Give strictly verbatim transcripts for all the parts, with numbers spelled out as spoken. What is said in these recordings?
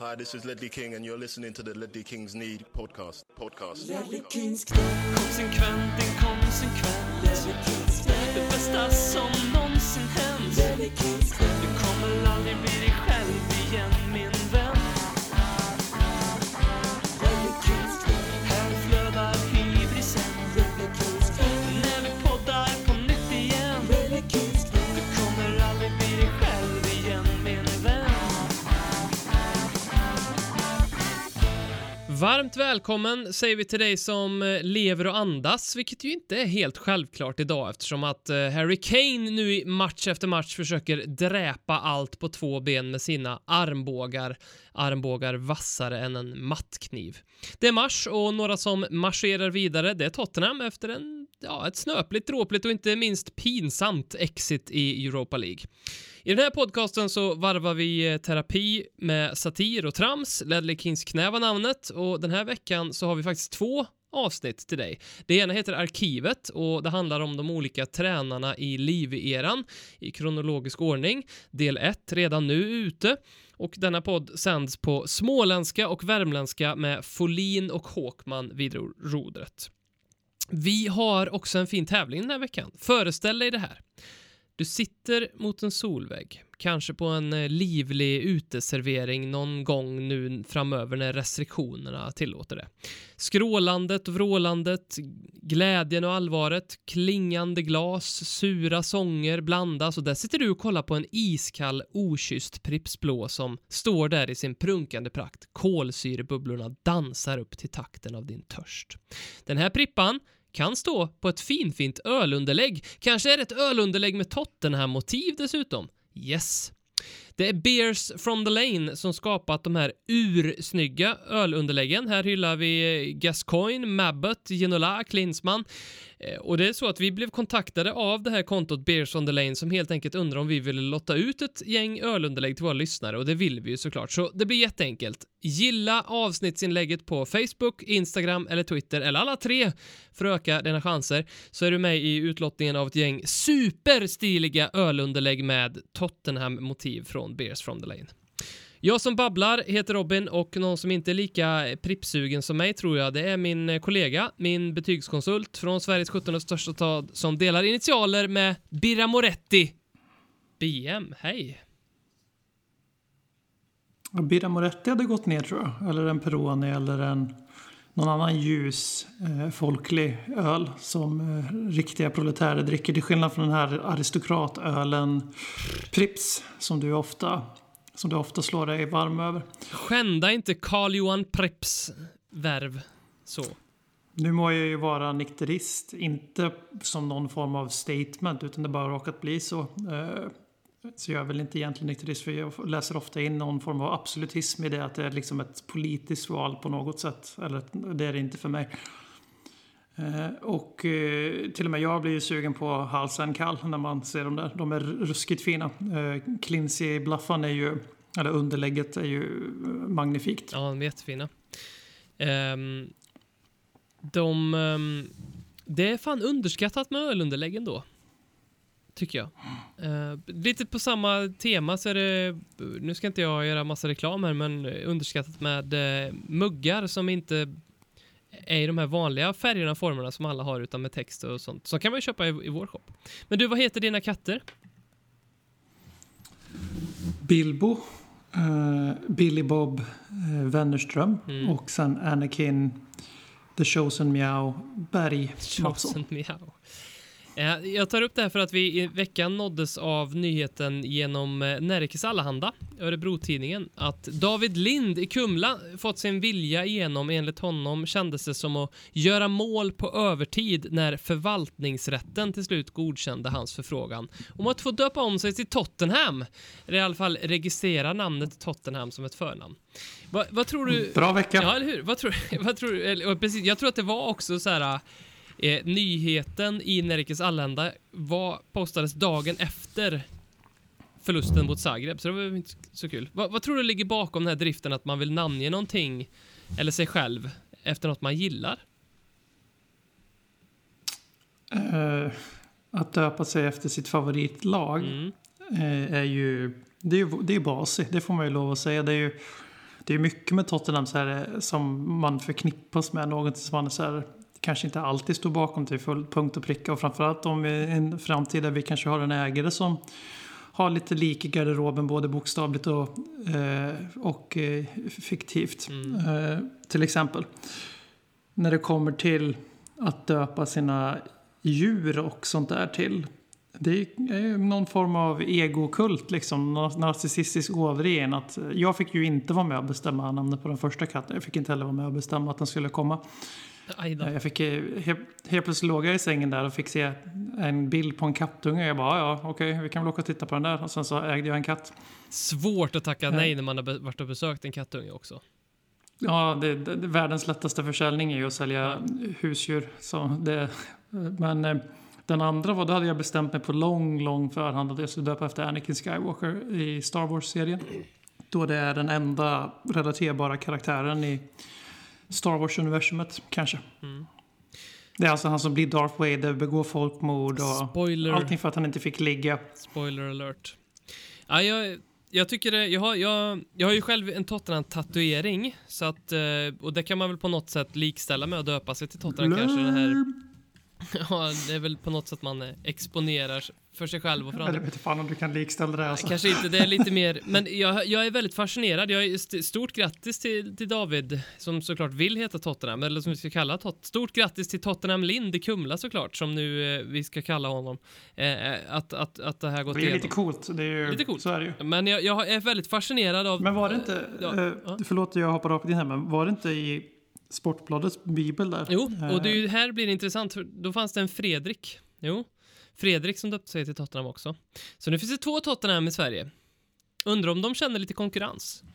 Hi, this is Ledley King and you're listening to the Ledley Kings Need podcast. Podcast. Ledley Kings knä. Konsekvent, inkonsekvent. Ledley Kings knä. Det bästa som någonsin hänt. Ledley Kings knä. Du kommer aldrig bli dig själv igen, min vän. Ledley Kings knä. Här flödar hybrisen. Ledley Kings knä. När vi poddar på nytt igen. Ledley Kings knä. Du kommer aldrig bli dig själv igen, min vän. Varmt välkommen säger vi till dig som lever och andas, vilket ju inte är helt självklart idag eftersom att Harry Kane nu i match efter match försöker dräpa allt på två ben med sina armbågar. Armbågar vassare än en mattkniv. Det är mars och några som marscherar vidare, det är Tottenham efter en, ja, ett snöpligt, dråpligt och inte minst pinsamt exit i Europa League. I den här podcasten så varvar vi terapi med satir och trams. Ledley Kings knä var namnet och den här veckan så har vi faktiskt två avsnitt till dig. Det ena heter Arkivet och det handlar om de olika tränarna i Livi-eran i kronologisk ordning. Del ett redan nu ute och denna podd sänds på småländska och värmländska med Folin och Håkman vid rodret. Vi har också en fin tävling den här veckan. Föreställ dig det här. Du sitter mot en solvägg, kanske på en livlig uteservering någon gång nu framöver när restriktionerna tillåter det. Skrålandet och vrålandet, glädjen och allvaret, klingande glas, sura sånger blandas och där sitter du och kollar på en iskall, okysst Pripps Blå som står där i sin prunkande prakt. Kolsyrebubblorna dansar upp till takten av din törst. Den här prippan kan stå på ett finfint ölunderlägg. Kanske är det ett ölunderlägg med Tottenham-motiv dessutom. Yes. Det är Beers from the Lane som skapat de här ursnygga ölunderläggen. Här hyllar vi Gascoigne, Mabbott, Ginola, Klinsmann. Och det är så att vi blev kontaktade av det här kontot Beers from the Lane som helt enkelt undrar om vi ville lotta ut ett gäng ölunderlägg till våra lyssnare. Och det vill vi ju såklart. Så det blir jätteenkelt. Gilla avsnittsinlägget på Facebook, Instagram eller Twitter eller alla tre för att öka dina chanser. Så är du med i utlottningen av ett gäng superstiliga ölunderlägg med Tottenham-motiv från Beers from the Lane. Jag som babblar heter Robin och någon som inte är lika prippsugen som mig tror jag, det är min kollega, min betygskonsult från Sveriges sjuttonde största stad som delar initialer med Birra Moretti. B M, hej. Birra Moretti hade gått ner tror jag, eller en Peroni eller en någon annan ljus eh, folklig öl som eh, riktiga proletärer dricker, till skillnad från den här aristokratölen Pripps som du ofta som du ofta slår dig varm över. Skända inte Carl Johan Pripps värv så. Nu må jag ju vara nykterist, inte som någon form av statement utan det bara råkat bli så. Eh, så jag är väl inte egentligen nykterist för jag läser ofta in någon form av absolutism i det att det är liksom ett politiskt val på något sätt. Eller det är det inte för mig. Eh, och eh, till och med jag blir ju sugen på halsen kall när man ser dem där. De är ruskigt fina. Eh, Clincy Bluffan är ju, eller underlägget är ju magnifikt. Ja, de är jättefina. Um, de, um, det är fan underskattat med ölunderläggen då. Tycker jag. Uh, lite på samma tema så är det, nu ska inte jag göra massa reklam här, men underskattat med uh, muggar som inte är i de här vanliga färgerna och formerna som alla har utan med text och sånt. Så kan man ju köpa i, i vår shop. Men du, vad heter dina katter? Bilbo, uh, Billy Bob uh, Wennerström mm. och sen Anakin The Chosen Meow Berg Chosen Meow. Jag tar upp det här för att vi i veckan nåddes av nyheten genom Närikes Allehanda, Örebro-tidningen, att David Lind i Kumla fått sin vilja igenom. Enligt honom kändes det som att göra mål på övertid när förvaltningsrätten till slut godkände hans förfrågan om att få döpa om sig till Tottenham. Eller i alla fall registrera namnet Tottenham som ett förnamn. Va, vad tror du? Bra vecka. Ja, eller hur? Vad tror, vad tror du? Eller, precis, jag tror att det var också så här... Eh, nyheten i Närikes Allehanda var postades dagen efter förlusten mot Zagreb, så det var inte så kul. Va, vad tror du ligger bakom den här driften att man vill namnge någonting eller sig själv efter något man gillar? Uh, att döpa sig efter sitt favoritlag mm. uh, är ju det är ju det är basigt, det får man ju lov att säga. Det är ju det är mycket med Tottenham så här, som man förknippas med något som man så här, kanske inte alltid står bakom till full punkt och pricka. Och framförallt om i en framtid där vi kanske har en ägare som har lite lik i garderoben både bokstavligt och, eh, och eh, fiktivt. Mm. Eh, till exempel när det kommer till att döpa sina djur och sånt där till. Det är någon form av egokult, liksom, narcissistisk ådren. Att jag fick ju inte vara med och bestämma namnet på den första katten. Jag fick inte heller vara med och bestämma att den skulle komma. Jag fick helt, helt plötsligt låg jag i sängen där och fick se en bild på en kattunge. Jag bara, ja okej, okay, vi kan väl åka och titta på den där. Och sen så ägde jag en katt. Svårt att tacka nej när man har varit och besökt en kattunge också. Ja, det, det, det världens lättaste försäljning är ju att sälja husdjur. Så det, men eh, den andra var, då hade jag bestämt mig på lång, lång förhand att jag skulle döpa efter Anakin Skywalker i Star Wars-serien. Då det är den enda relaterbara karaktären i Star Wars-universumet, kanske. Mm. Det är alltså han som blir Darth Vader, begår folkmord och Spoiler. Allting för att han inte fick ligga. Spoiler alert. Ja, jag... Jag tycker det, jag har, jag, jag har ju själv en Tottenham-tatuering så att, och det kan man väl på något sätt likställa med att döpa sig till Tottenham. Blur. Kanske det här, ja, det är väl på något sätt man exponerar för sig själv och för andra. Jag vet inte fan om du kan likställa det alltså. Kanske inte, det är lite mer, men jag, jag är väldigt fascinerad. Jag är st- stort grattis till, till David som såklart vill heta Tottenham, eller som vi ska kalla Tot. Stort grattis till Tottenham Lind i Kumla såklart, som nu eh, vi ska kalla honom. Eh, att, att, att det här gått igenom. Det är lite coolt, det är ju, lite coolt. Så är det ju. Men jag, jag är väldigt fascinerad av... Men var det inte, ja, eh, ja. förlåt jag hoppar rakt in här, men var det inte i Sportbladets bibel där? Jo, och det är ju, här blir det intressant, för då fanns det en Fredrik. Jo, Fredrik som döpte sig till Tottenham också. Så nu finns det två Tottenham i Sverige. Undrar om de känner lite konkurrens.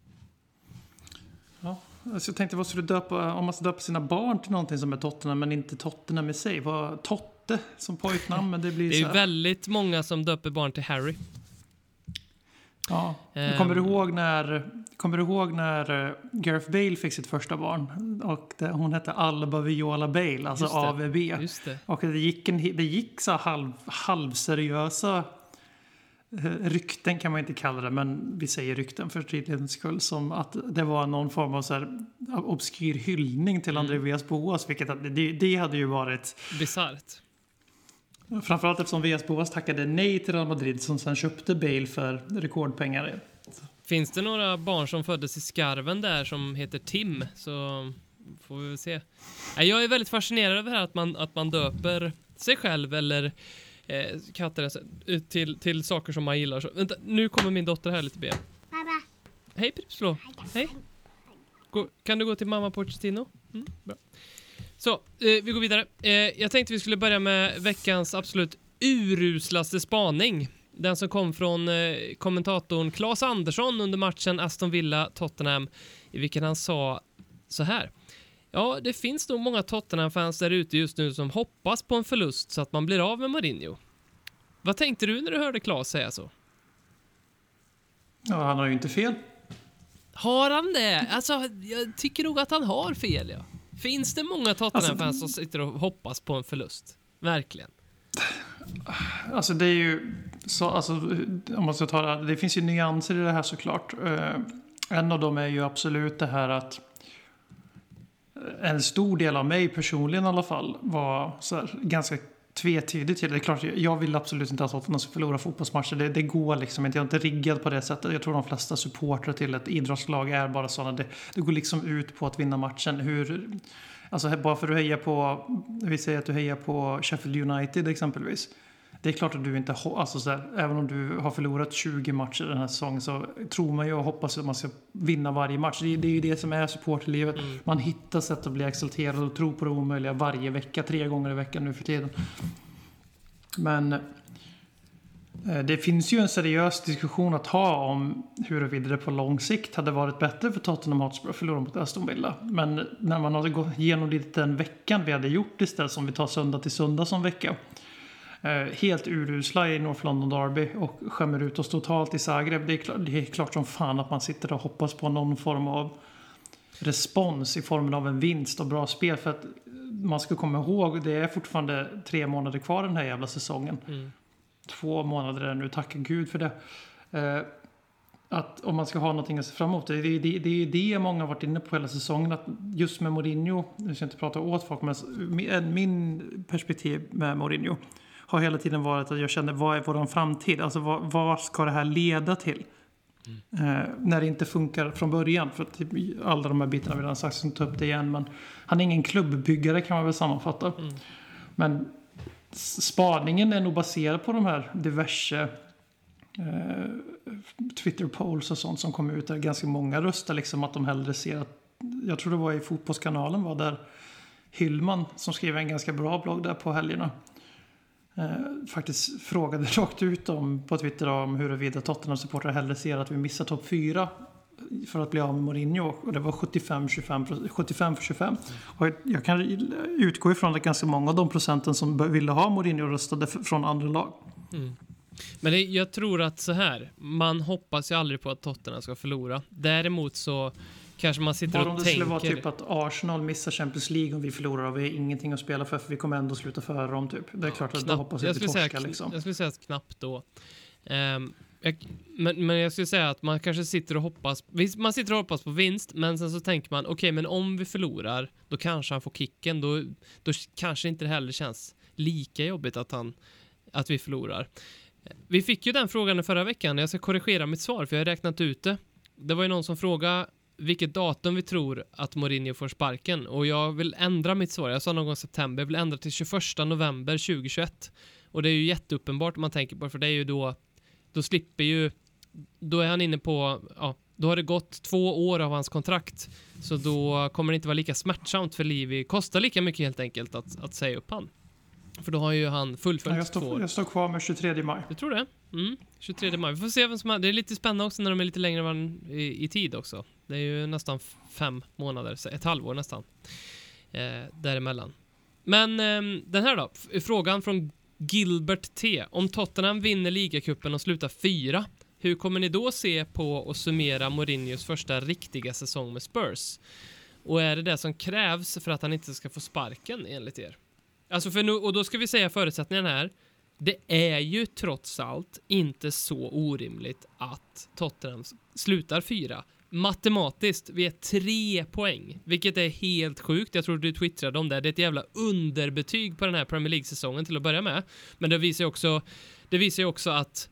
Ja, alltså jag tänkte vad skulle du döpa, om man ska döpa sina barn till någonting som är Tottenham men inte Tottenham i sig. Vad Totte som pojknamn, men det blir det är så här. Väldigt många som döper barn till Harry. Ja, um, kommer du ihåg när kommer du ihåg när Gareth Bale fick sitt första barn och det, hon hette Alba Viola Bale, alltså A V B. Just det. Och det gick en det gick så halv halvseriösa rykten kan man inte kalla det, men vi säger rykten för tydlighetens skull, som att det var någon form av så här obskyr hyllning till Andreas Boas, vilket det, det hade ju varit bisarrt. Framförallt eftersom V S Boas tackade nej till Real Madrid som sen köpte Bale för rekordpengar. Finns det några barn som föddes i skarven där som heter Tim, så får vi väl se. Jag är väldigt fascinerad över det här att man, att man döper sig själv eller eh, katter till, till saker som man gillar. Så, vänta, nu kommer min dotter här lite ben. Pappa. Hej Pripsblå. Hej. Gå, kan du gå till mamma Pochettino? Mm, bra. Så, eh, vi går vidare. Eh, jag tänkte vi skulle börja med veckans absolut uruslaste spaning. Den som kom från eh, kommentatorn Claes Andersson under matchen Aston Villa-Tottenham, i vilken han sa så här. Ja, det finns nog många Tottenham-fans där ute just nu som hoppas på en förlust så att man blir av med Mourinho. Vad tänkte du när du hörde Claes säga så? Ja, han har ju inte fel. Har han det? Alltså, jag tycker nog att han har fel, ja. Finns det många Tottenham-fans alltså, som sitter och hoppas på en förlust? Verkligen. Alltså det är ju så, alltså, om man ska ta det, det finns ju nyanser i det här såklart. Uh, en av dem är ju absolut det här att en stor del av mig personligen i alla fall var så här, ganska tvetydigt till det. Det är klart, jag vill absolut inte att Tottenham ska förlora fotbollsmatcher. Det, det går liksom inte. Jag är inte riggad på det sättet. Jag tror de flesta supportrar till ett idrottslag är bara sådana. Det, det går liksom ut på att vinna matchen. Hur, alltså bara för att heja på, vi säger att du hejar på Sheffield United exempelvis. Det är klart att du inte har, alltså så här, även om du har förlorat tjugo matcher den här säsongen, så tror man ju och hoppas att man ska vinna varje match. Det, det är ju det som är supporterlivet. Mm. Man hittar sätt att bli exalterad och tro på det omöjliga varje vecka, tre gånger i veckan nu för tiden. Men eh, det finns ju en seriös diskussion att ha om huruvida det på lång sikt hade varit bättre för Tottenham Hotspur att förlora mot Aston Villa. Men när man har gått igenom det den veckan vi hade gjort istället, som vi tar söndag till söndag som vecka, helt urusla i North London Derby och skämmer ut oss totalt i Zagreb. Det är, klart, det är klart som fan att man sitter och hoppas på någon form av respons i formen av en vinst och bra spel, för att man ska komma ihåg, det är fortfarande tre månader kvar den här jävla säsongen. Mm. Två månader är nu, tacka gud för det. att om man ska ha någonting att se fram emot, det är det, det, det, är det många har varit inne på hela säsongen, att just med Mourinho, jag ska inte prata åt folk, men min perspektiv med Mourinho har hela tiden varit att jag känner, vad är vår framtid? Alltså vad, vad ska det här leda till? Mm. Eh, när det inte funkar från början, för typ, alla de här bitarna vill han sagt ta upp det igen, men han är ingen klubbbyggare kan man väl sammanfatta. Mm. Men spaningen är nog baserad på de här diverse eh, Twitter-polls och sånt som kommer ut, där ganska många röstar liksom att de hellre ser att, jag tror det var i Fotbollskanalen var där Hyllman som skrev en ganska bra blogg där på helgerna eh, faktiskt frågade rakt ut om, på Twitter om huruvida Tottenham-supportrar hellre ser att vi missar topp fyra för att bli av med Mourinho, och det var sjuttiofem tjugofem, sjuttiofem för tjugofem. Och jag kan utgå ifrån att ganska många av de procenten som ville ha Mourinho röstade från andra lag. Mm. Men det, jag tror att så här, man hoppas ju aldrig på att Tottenham ska förlora. Däremot så kanske man sitter bara och om det tänker... skulle vara typ att Arsenal missar Champions League om vi förlorar och vi har ingenting att spela för, för vi kommer ändå sluta före dem typ. Det är klart att knappt, då hoppas jag, jag skulle torska, säga, liksom. Jag skulle säga att knappt då. Um, jag, men, men jag skulle säga att man kanske sitter och hoppas, man sitter och hoppas på vinst, men sen så tänker man, okej, okay, men om vi förlorar, då kanske han får kicken, då, då kanske inte det heller känns lika jobbigt att han att vi förlorar. Vi fick ju den frågan förra veckan. Jag ska korrigera mitt svar för jag har räknat ut det. Det var ju någon som frågade vilket datum vi tror att Mourinho får sparken. Och jag vill ändra mitt svar. Jag sa någon gång i september. Jag vill ändra till tjugoförsta november tjugohundratjugoett. Och det är ju jätteuppenbart om man tänker på det. För det är ju då, då slipper ju, då är han inne på, ja, då har det gått två år av hans kontrakt. Så då kommer det inte vara lika smärtsamt för Livi. Kostar lika mycket helt enkelt att, att säga upp han. För då har ju han fullföljt ja, jag, står, jag står kvar med tjugotredje maj. Du tror det? Mm, tjugotredje maj. Vi får se vem som har... Det är lite spännande också när de är lite längre i, i tid också. Det är ju nästan fem månader, ett halvår nästan. Eh, däremellan. Men eh, den här då. Frågan från Gilbert T. Om Tottenham vinner ligacupen och slutar fyra, hur kommer ni då se på och summera Mourinhos första riktiga säsong med Spurs? Och är det det som krävs för att han inte ska få sparken enligt er? Alltså för nu, och då ska vi säga förutsättningen här. Det är ju trots allt inte så orimligt att Tottenham slutar fyra. Matematiskt, vi är tre poäng. Vilket är helt sjukt. Jag tror du twittrade om det. Det är ett jävla underbetyg på den här Premier League-säsongen till att börja med. Men det visar ju också, det visar ju också att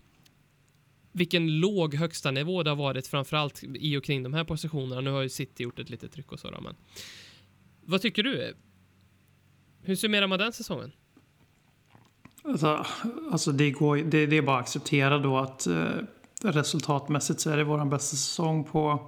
vilken låg högsta nivå det har varit framförallt i och kring de här positionerna. Nu har ju City gjort ett litet tryck och så då, men vad tycker du? Hur summerar man den säsongen? Alltså, alltså det, går, det, det är bara att acceptera då att eh, resultatmässigt så är det vår bästa säsong på...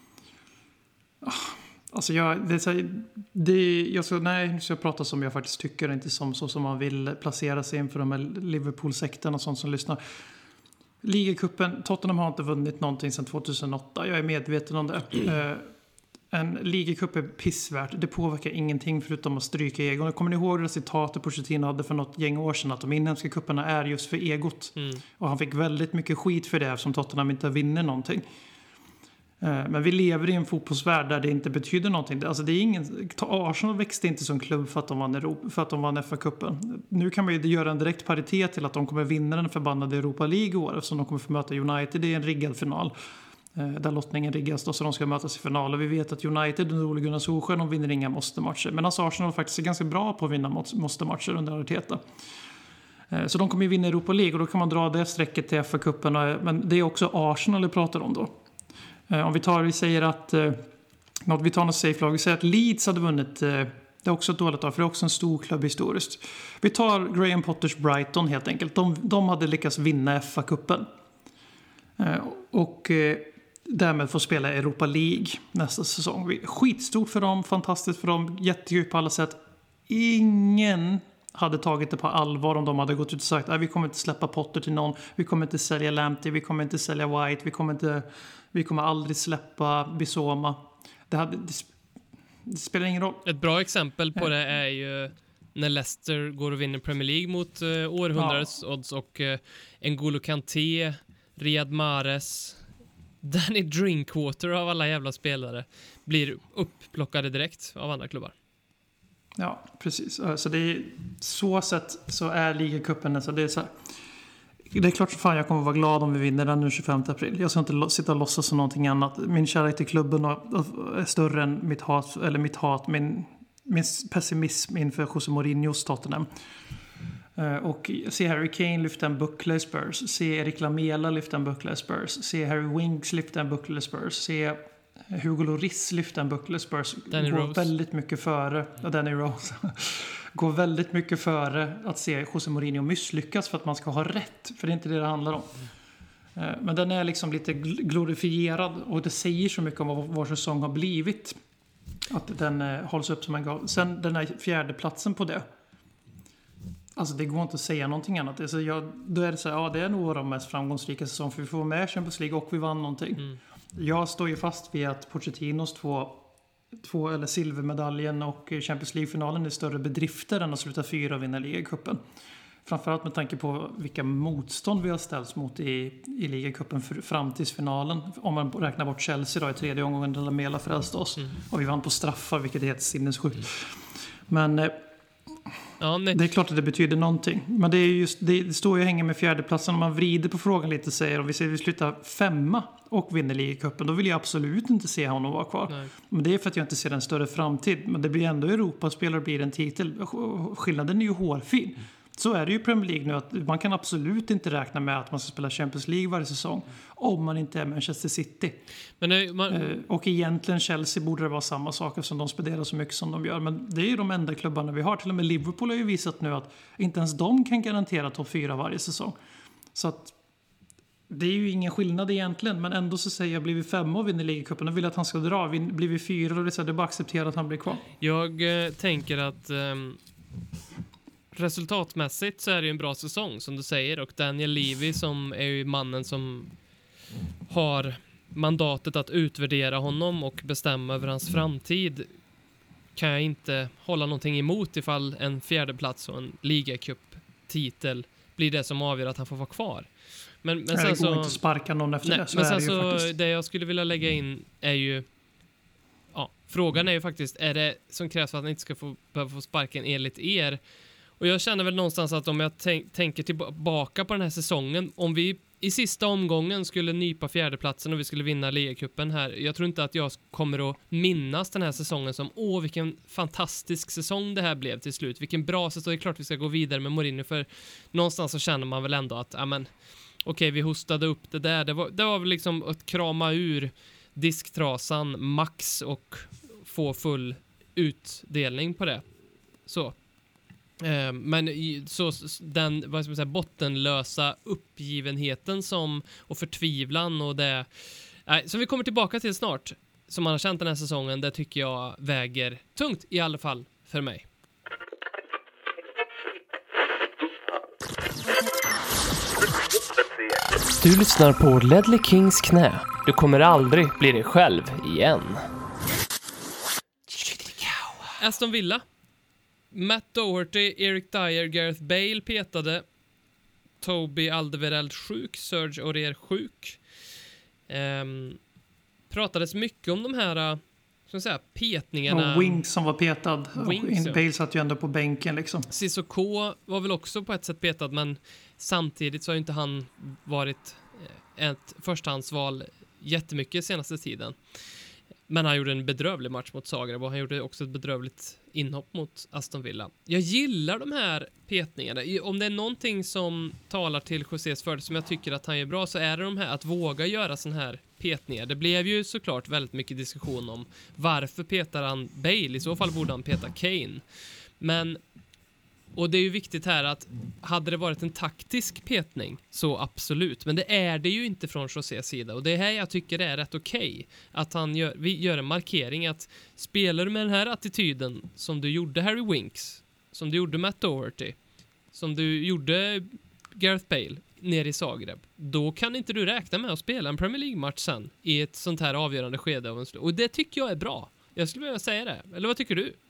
Alltså jag, det är så här, det, jag ska, nej, nu ska jag prata som jag faktiskt tycker, inte som så som man vill placera sig inför de här Liverpool-sekten och sånt som lyssnar. Ligacupen, Tottenham har inte vunnit någonting sedan tjugohundraåtta. Jag är medveten om det. Eh, En ligacup är pissvärt. Det påverkar ingenting förutom att stryka egon. Kommer ni ihåg det citatet Pochettino hade för något gäng år sedan? Att de inhemska kupperna är just för egot. Mm. Och han fick väldigt mycket skit för det som Tottenham inte vinner någonting. Men vi lever i en fotbollsvärld där det inte betyder någonting. Alltså det är ingen, Arsenal växte inte som klubb för att de vann, Europa, för att de vann F A-cupen. Nu kan man ju göra en direkt paritet till att de kommer vinna den förbannade Europa League i år. Eftersom de kommer få möta United i en riggad final. Där lottningen riggas då, så de ska mötas i final. Och vi vet att United under Ole Gunnar Solskjaer, de vinner inga måste-matcher. Men alltså Arsenal faktiskt är ganska bra på att vinna måste-matcher under Arteta. Så de kommer ju vinna Europa League och då kan man dra det strecket till F A-cupen. Men det är också Arsenal vi pratar om då. Om vi tar, vi säger att något, vi tar något safe lag, vi säger att Leeds hade vunnit, det är också ett dåligt av, för det är också en stor klubb historiskt. Vi tar Graham Potters Brighton helt enkelt. De, de hade lyckats vinna F A-cupen. Och därmed få spela Europa League nästa säsong. Skitstort för dem, fantastiskt för dem, jättekul på alla sätt. Ingen hade tagit det på allvar om de hade gått ut och sagt att vi kommer inte släppa Potter till någon, vi kommer inte sälja Lamptey, vi kommer inte sälja White, vi kommer, inte, vi kommer aldrig släppa Bissoma. Det, hade, det, det spelar ingen roll. Ett bra exempel på det är ju när Leicester går och vinner Premier League mot uh, århundradets ja. odds och uh, N'Golo Kanté, Riyad Mahrez, Danny Drinkwater av alla jävla spelare blir upplockade direkt av andra klubbar. Ja, precis. Så det är så sätt så är ligacupen, alltså det är så här, Det är klart så fan jag kommer vara glad om vi vinner den den tjugofemte april. Jag ska inte lo- sitta och låtsas som någonting annat. Min kärlek till klubben är större än mitt hat, eller mitt hat, min, min pessimism inför José Mourinhos Tottenham. Uh, och se Harry Kane lyfta en buckla i Spurs. Se Erik Lamela lyfta en buckla i Spurs. Se Harry Winks lyfta en buckla i Spurs. Se Hugo Lloris lyfta en buckla i Spurs. Danny Går Rose. väldigt mycket före. Och Danny Rose. Går väldigt mycket före att se José Mourinho misslyckas för att man ska ha rätt. För det är inte det det handlar om. Uh, men den är liksom lite gl- glorifierad. Och det säger så mycket om vad vår säsong har blivit. Att den uh, hålls upp som en gal. Sen den här fjärde platsen på det. Alltså det går inte att säga någonting annat. Alltså jag, då är det så här, ja det är nog vår mest framgångsrika säsong för vi får med Champions League och vi vann någonting. Mm. Jag står ju fast vid att Pochettinos två, två eller silvermedaljen och Champions League-finalen är större bedrifter än att sluta fyra och vinna ligacupen. Framförallt med tanke på vilka motstånd vi har ställts mot i, i ligacupen fram till finalen. Om man räknar bort Chelsea då i tredje omgången där Lamela frälste oss. Mm. Och vi vann på straffar vilket är helt sinnessjukt. Mm. Men... Ja, det är klart att det betyder någonting. Men det, är just, det står ju och hänger med fjärdeplatsen. Om man vrider på frågan lite och säger om vi säger vi slutar femma och vinner ligacupen, då vill jag absolut inte se honom vara kvar. Nej. Men det är för att jag inte ser en större framtid. Men det blir ändå Europaspelare blir en titel. Skillnaden är ju hårfin. Mm. Så är det ju i Premier League nu att man kan absolut inte räkna med att man ska spela Champions League varje säsong om man inte är Manchester City. Men det, man... eh, och egentligen Chelsea borde det vara samma sak eftersom de spenderar så mycket som de gör. Men det är ju de enda klubbarna vi har. Till och med Liverpool har ju visat nu att inte ens de kan garantera topp fyra varje säsong. Så att det är ju ingen skillnad egentligen. Men ändå så säger jag, blir vi femma och vinner ligacupen och vill att han ska dra. Blir vi fyra och det är bara acceptera att han blir kvar. Jag eh, tänker att... Um... resultatmässigt så är det ju en bra säsong som du säger, och Daniel Levy som är ju mannen som har mandatet att utvärdera honom och bestämma över hans framtid kan jag inte hålla någonting emot ifall en fjärdeplats och en ligacup-titel blir det som avgör att han får vara kvar. Men, men sen det går så, inte sparka någon efter nej, det. Så men är sen det, ju så faktiskt. Det jag skulle vilja lägga in är ju ja, frågan är ju faktiskt, är det som krävs för att han inte ska få, behöva få sparken enligt er? Och jag känner väl någonstans att om jag tänk, tänker tillbaka på den här säsongen, om vi i sista omgången skulle nypa fjärdeplatsen och vi skulle vinna ligacupen här, jag tror inte att jag kommer att minnas den här säsongen som åh vilken fantastisk säsong det här blev till slut, vilken bra säsong, det är klart vi ska gå vidare med Mourinho, för någonstans så känner man väl ändå att amen, okej, vi hostade upp det där, det var, det var väl liksom att krama ur disktrasan max och få full utdelning på det. Så men så den vad ska man säga, bottenlösa uppgivenheten som, och förtvivlan och det nej, som vi kommer tillbaka till snart, som man har känt den här säsongen, det tycker jag väger tungt i alla fall för mig. Du lyssnar på Ledley Kings knä. Du kommer aldrig bli dig själv igen. Aston Villa. Matt Doherty, Eric Dyer, Gareth Bale petade. Toby Alderweireld sjuk, Serge Aurier sjuk. Um, pratades mycket om de här ska säga, petningarna. Och Winks som var petad. Winks, och Bale satt ju ändå på bänken liksom. Sissoko var väl också på ett sätt petad, men samtidigt så har ju inte han varit ett förstahandsval jättemycket senaste tiden. Men han gjorde en bedrövlig match mot Zagreb och han gjorde också ett bedrövligt inhopp mot Aston Villa. Jag gillar de här petningarna. Om det är någonting som talar till Josés fördel som jag tycker att han är bra, så är det de här att våga göra sån här petningar. Det blev ju såklart väldigt mycket diskussion om varför petar han Bale? I så fall borde han peta Kane. Men och det är ju viktigt här att hade det varit en taktisk petning så absolut, men det är det ju inte från Josés sida, och det här jag tycker är rätt okej okay, att han gör, vi gör en markering att spelar du med den här attityden som du gjorde Harry Winks, som du gjorde Matt Doherty, som du gjorde Gareth Bale ner i Zagreb, då kan inte du räkna med att spela en Premier League-match sen i ett sånt här avgörande skede av en slut. Och det tycker jag är bra. Jag skulle vilja säga det. Eller vad tycker du?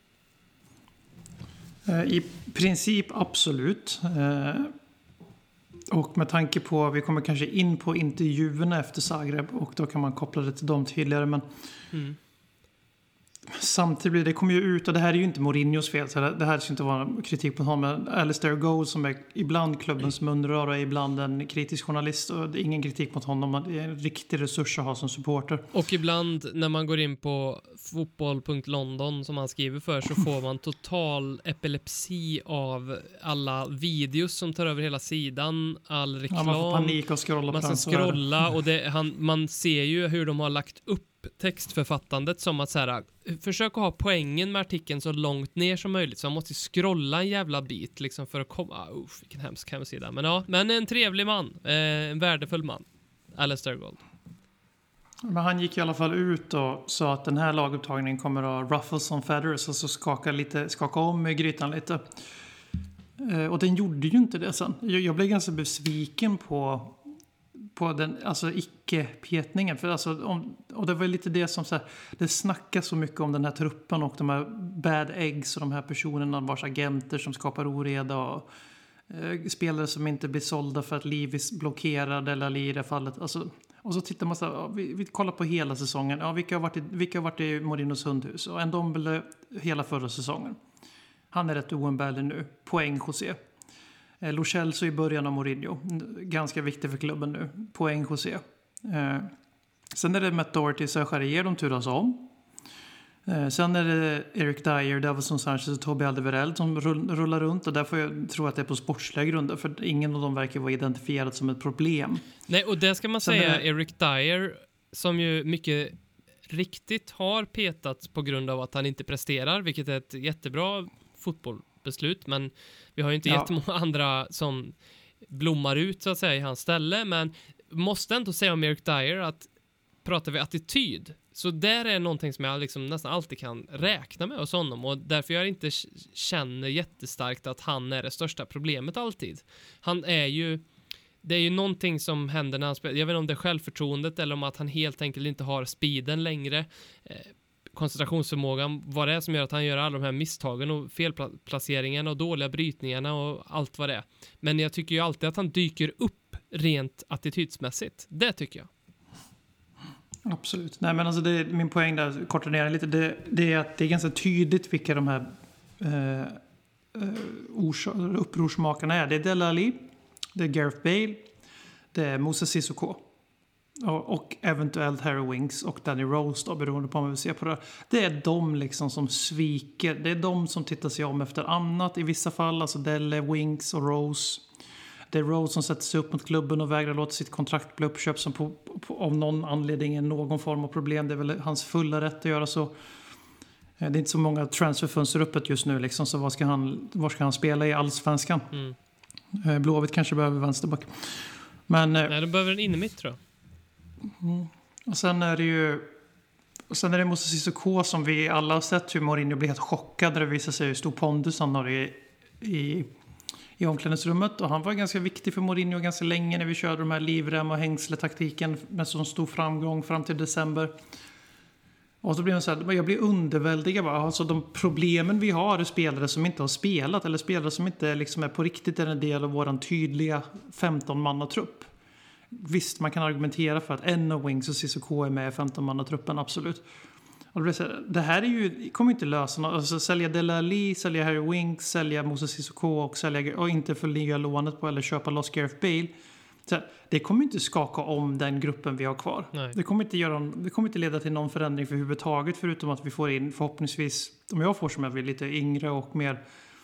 I princip absolut. Och med tanke på, vi kommer kanske in på intervjuerna efter Zagreb och då kan man koppla det till dem tydligare. Men mm. samtidigt, det kommer ju ut, och det här är ju inte Mourinhos fel, så det, det här ska inte vara kritik på honom, men Alistair Gold som är ibland klubbens munrör och är ibland en kritisk journalist, och det är ingen kritik mot honom, det är en riktig resurs att ha som supporter. Och ibland när man går in på fotboll punkt london som han skriver för, så får man total epilepsi av alla videos som tar över hela sidan, all reklam. Ja, man får panik och scrolla man på den. ska scrolla och det, han, man ser ju hur de har lagt upp textförfattandet som att så här, försök att ha poängen med artikeln så långt ner som möjligt, så man måste scrolla en jävla bit liksom för att komma, uff, vilken hemsk hemsida, men ja, men en trevlig man, eh, en värdefull man, Alistair Gold. Men han gick i alla fall ut och sa att den här lagupptagningen kommer att ha ruffles on feathers, alltså skaka, lite, skaka om grytan lite. Eh, och den gjorde ju inte det sen. Jag, jag blev ganska besviken på på den, alltså icke-petningen, för alltså om, och det var lite det som så här, det snackas så mycket om den här truppen och de här bad eggs och de här personerna vars agenter som skapar oreda och eh, spelare som inte blir sålda för att Livis blockerade eller i det fallet, alltså, och så tittar man så här, ja, vi, vi kollar på hela säsongen, ja, vilka har varit i, vilka har varit i Mourinhos hundhus, och en Dombele hela förra säsongen, han är rätt oumbärlig nu, poäng José. Lo Celso i början av Mourinho. Ganska viktig för klubben nu. Poäng José. Eh, sen är det Matt Doherty, Sergio de turas om. Eh, sen är det Eric Dyer, Davison Sanchez och Toby Alderweireld som rullar runt. Och där får jag tro att det är på sportsliga grunder. För ingen av dem verkar vara identifierad som ett problem. Nej, och det ska man sen säga, det... Eric Dyer som ju mycket riktigt har petats på grund av att han inte presterar. Vilket är ett jättebra fotbollbeslut, men vi har ju inte ja. jättemånga andra som blommar ut så att säga i hans ställe, men måste ändå säga om Eric Dyer att pratar vi attityd, så där är någonting som jag liksom nästan alltid kan räkna med hos honom, och därför jag inte känner jättestarkt att han är det största problemet alltid. Han är ju, det är ju någonting som händer när han spelar, jag vet inte om det är självförtroendet eller om att han helt enkelt inte har speeden längre, eh, koncentrationsförmågan, vad det är som gör att han gör alla de här misstagen och felplaceringarna och dåliga brytningarna och allt vad det är. Men jag tycker ju alltid att han dyker upp rent attitydsmässigt. Det tycker jag. Absolut. Nej, men alltså det, min poäng där, korta ner lite, det, det är att det är ganska tydligt vilka de här eh, eh, upprorsmakarna är. Det är Dele Alli, det är Gareth Bale, det är Moussa Sissoko. Och, och eventuellt Harry Winks och Danny Rose då, beroende på om vi ser på det. Det är de liksom som sviker. Det är de som tittar sig om efter annat i vissa fall. Alltså Dele, Winks och Rose. Det är Rose som sätter sig upp mot klubben och vägrar låta sitt kontrakt bli uppköpt som på, på, av någon anledning är någon form av problem. Det är väl hans fulla rätt att göra så. Det är inte så många transferfönster öppet just nu liksom, så var ska han, var ska han spela i Allsvenskan? Mm. Blåvitt kanske behöver vänsterback. Men, nej, de behöver en innermitt tror jag. Mm. Och sen är det ju och sen är det Moussa Sissoko som vi alla har sett hur Mourinho blir helt chockad när det visar sig hur stor pondus han har i, i, i omklädningsrummet, och han var ganska viktig för Mourinho ganska länge när vi körde de här livrem och hängsletaktiken med så stor framgång fram till december. Och så blir det så här, jag blir underväldigad bara. Alltså de problemen vi har är spelare som inte har spelat eller spelare som inte liksom är på riktigt är en del av våran tydliga femton-manna-trupp. Visst, man kan argumentera för att en av Wings och Sissoko är med i femton-manna-truppen, absolut. Och det, så här, det här är ju, kommer inte lösa något. Alltså, sälja Dele Alli, sälja Harry Winks, sälja Moussa Sissoko och, sälja, och inte förnya lånet på eller köpa loss Gareth Bale. Så här, det kommer inte skaka om den gruppen vi har kvar. Det kommer, inte göra, det kommer inte leda till någon förändring för huvudtaget, förutom att vi får in förhoppningsvis, om jag får som jag vill, lite yngre och mer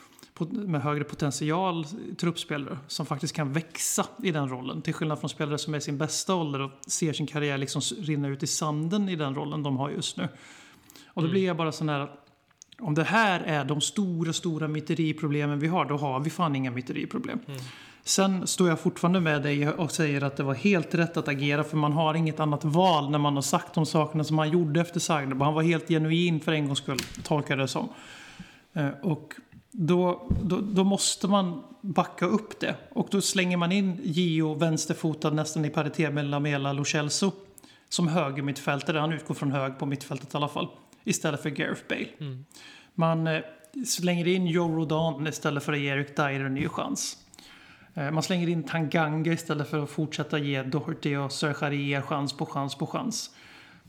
med högre potential truppspelare som faktiskt kan växa i den rollen, till skillnad från spelare som är i sin bästa ålder och ser sin karriär liksom rinna ut i sanden i den rollen de har just nu. Och då blir jag bara sån här, om det här är de stora, stora myteriproblemen vi har, då har vi fan inga myteriproblem. Mm. Sen står jag fortfarande med dig och säger att det var helt rätt att agera, för man har inget annat val när man har sagt de sakerna som han gjorde efter Zagreb. Han var helt genuin för en gångs skull, tolkar det som. Och Då, då, då måste man backa upp det. Och då slänger man in Gio vänsterfotad nästan i paritet med Lamela Lo Celso som höger mittfältare. Han utgår från hög på mittfältet i alla fall. Istället för Gareth Bale. Mm. Man eh, slänger in Joe Rodon istället för att ge Eric Dyer en ny chans. Eh, man slänger in Tanganga istället för att fortsätta ge Doherty och Sergio chans på chans på chans.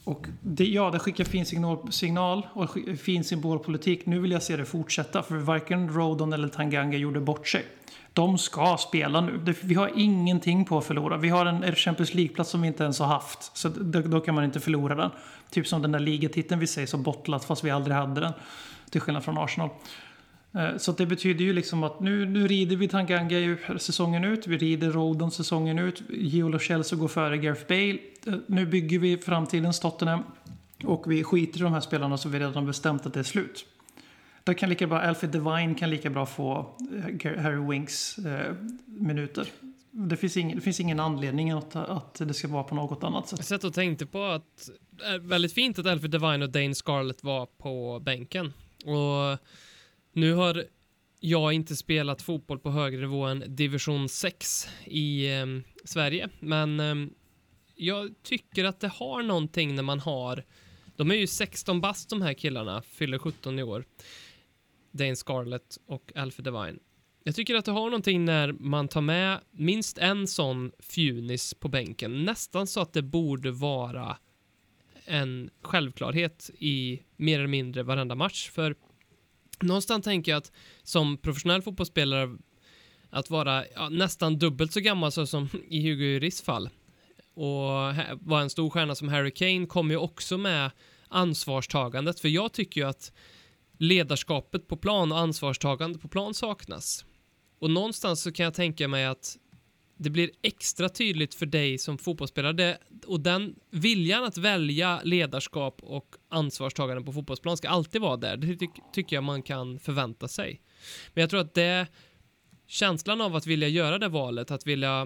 Och det, ja, det skickar fin signal, signal och sk- fin symbolpolitik. Nu vill jag se det fortsätta, för varken Rodon eller Tanganga gjorde bort sig. De ska spela nu. Det, vi har ingenting på att förlora. Vi har en Champions League-plats som vi inte ens har haft. Så då, då kan man inte förlora den. Typ som den där ligatiteln vi säger så bottlat fast vi aldrig hade den. Till skillnad från Arsenal. Så det betyder ju liksom att nu, nu rider vi Tanganga ju säsongen ut. Vi rider Rodon säsongen ut. Gio Lo Celso går före Gareth Bale. Nu bygger vi framtidens Tottenham. Och vi skiter i de här spelarna så vi redan bestämt att det är slut. Då kan lika bra Alfred Devine kan lika bra få Harry Winks eh, minuter. Det finns, ingen, det finns ingen anledning att, att det ska vara på något annat sätt. Jag satt och tänkte på att det är väldigt fint att Alfred Devine och Dane Scarlett var på bänken. Och nu har jag inte spelat fotboll på högre nivå än division sex i eh, Sverige. Men eh, jag tycker att det har någonting när man har... De är ju sexton bast de här killarna, fyller sjutton i år. Dane Scarlett och Alfred Devine. Jag tycker att det har någonting när man tar med minst en sån fjunis på bänken. Nästan så att det borde vara en självklarhet i mer eller mindre varenda match. För någonstans tänker jag att som professionell fotbollsspelare att vara ja, nästan dubbelt så gammal så som i Hugo Lloris fall. Och vara en stor stjärna som Harry Kane kommer ju också med ansvarstagandet. För jag tycker ju att ledarskapet på plan och ansvarstagande på plan saknas. Och någonstans så kan jag tänka mig att det blir extra tydligt för dig som fotbollsspelare. Det, och den viljan att välja ledarskap och ansvarstagande på fotbollsplan ska alltid vara där. Det ty- tycker jag man kan förvänta sig. Men jag tror att det känslan av att vilja göra det valet, att vilja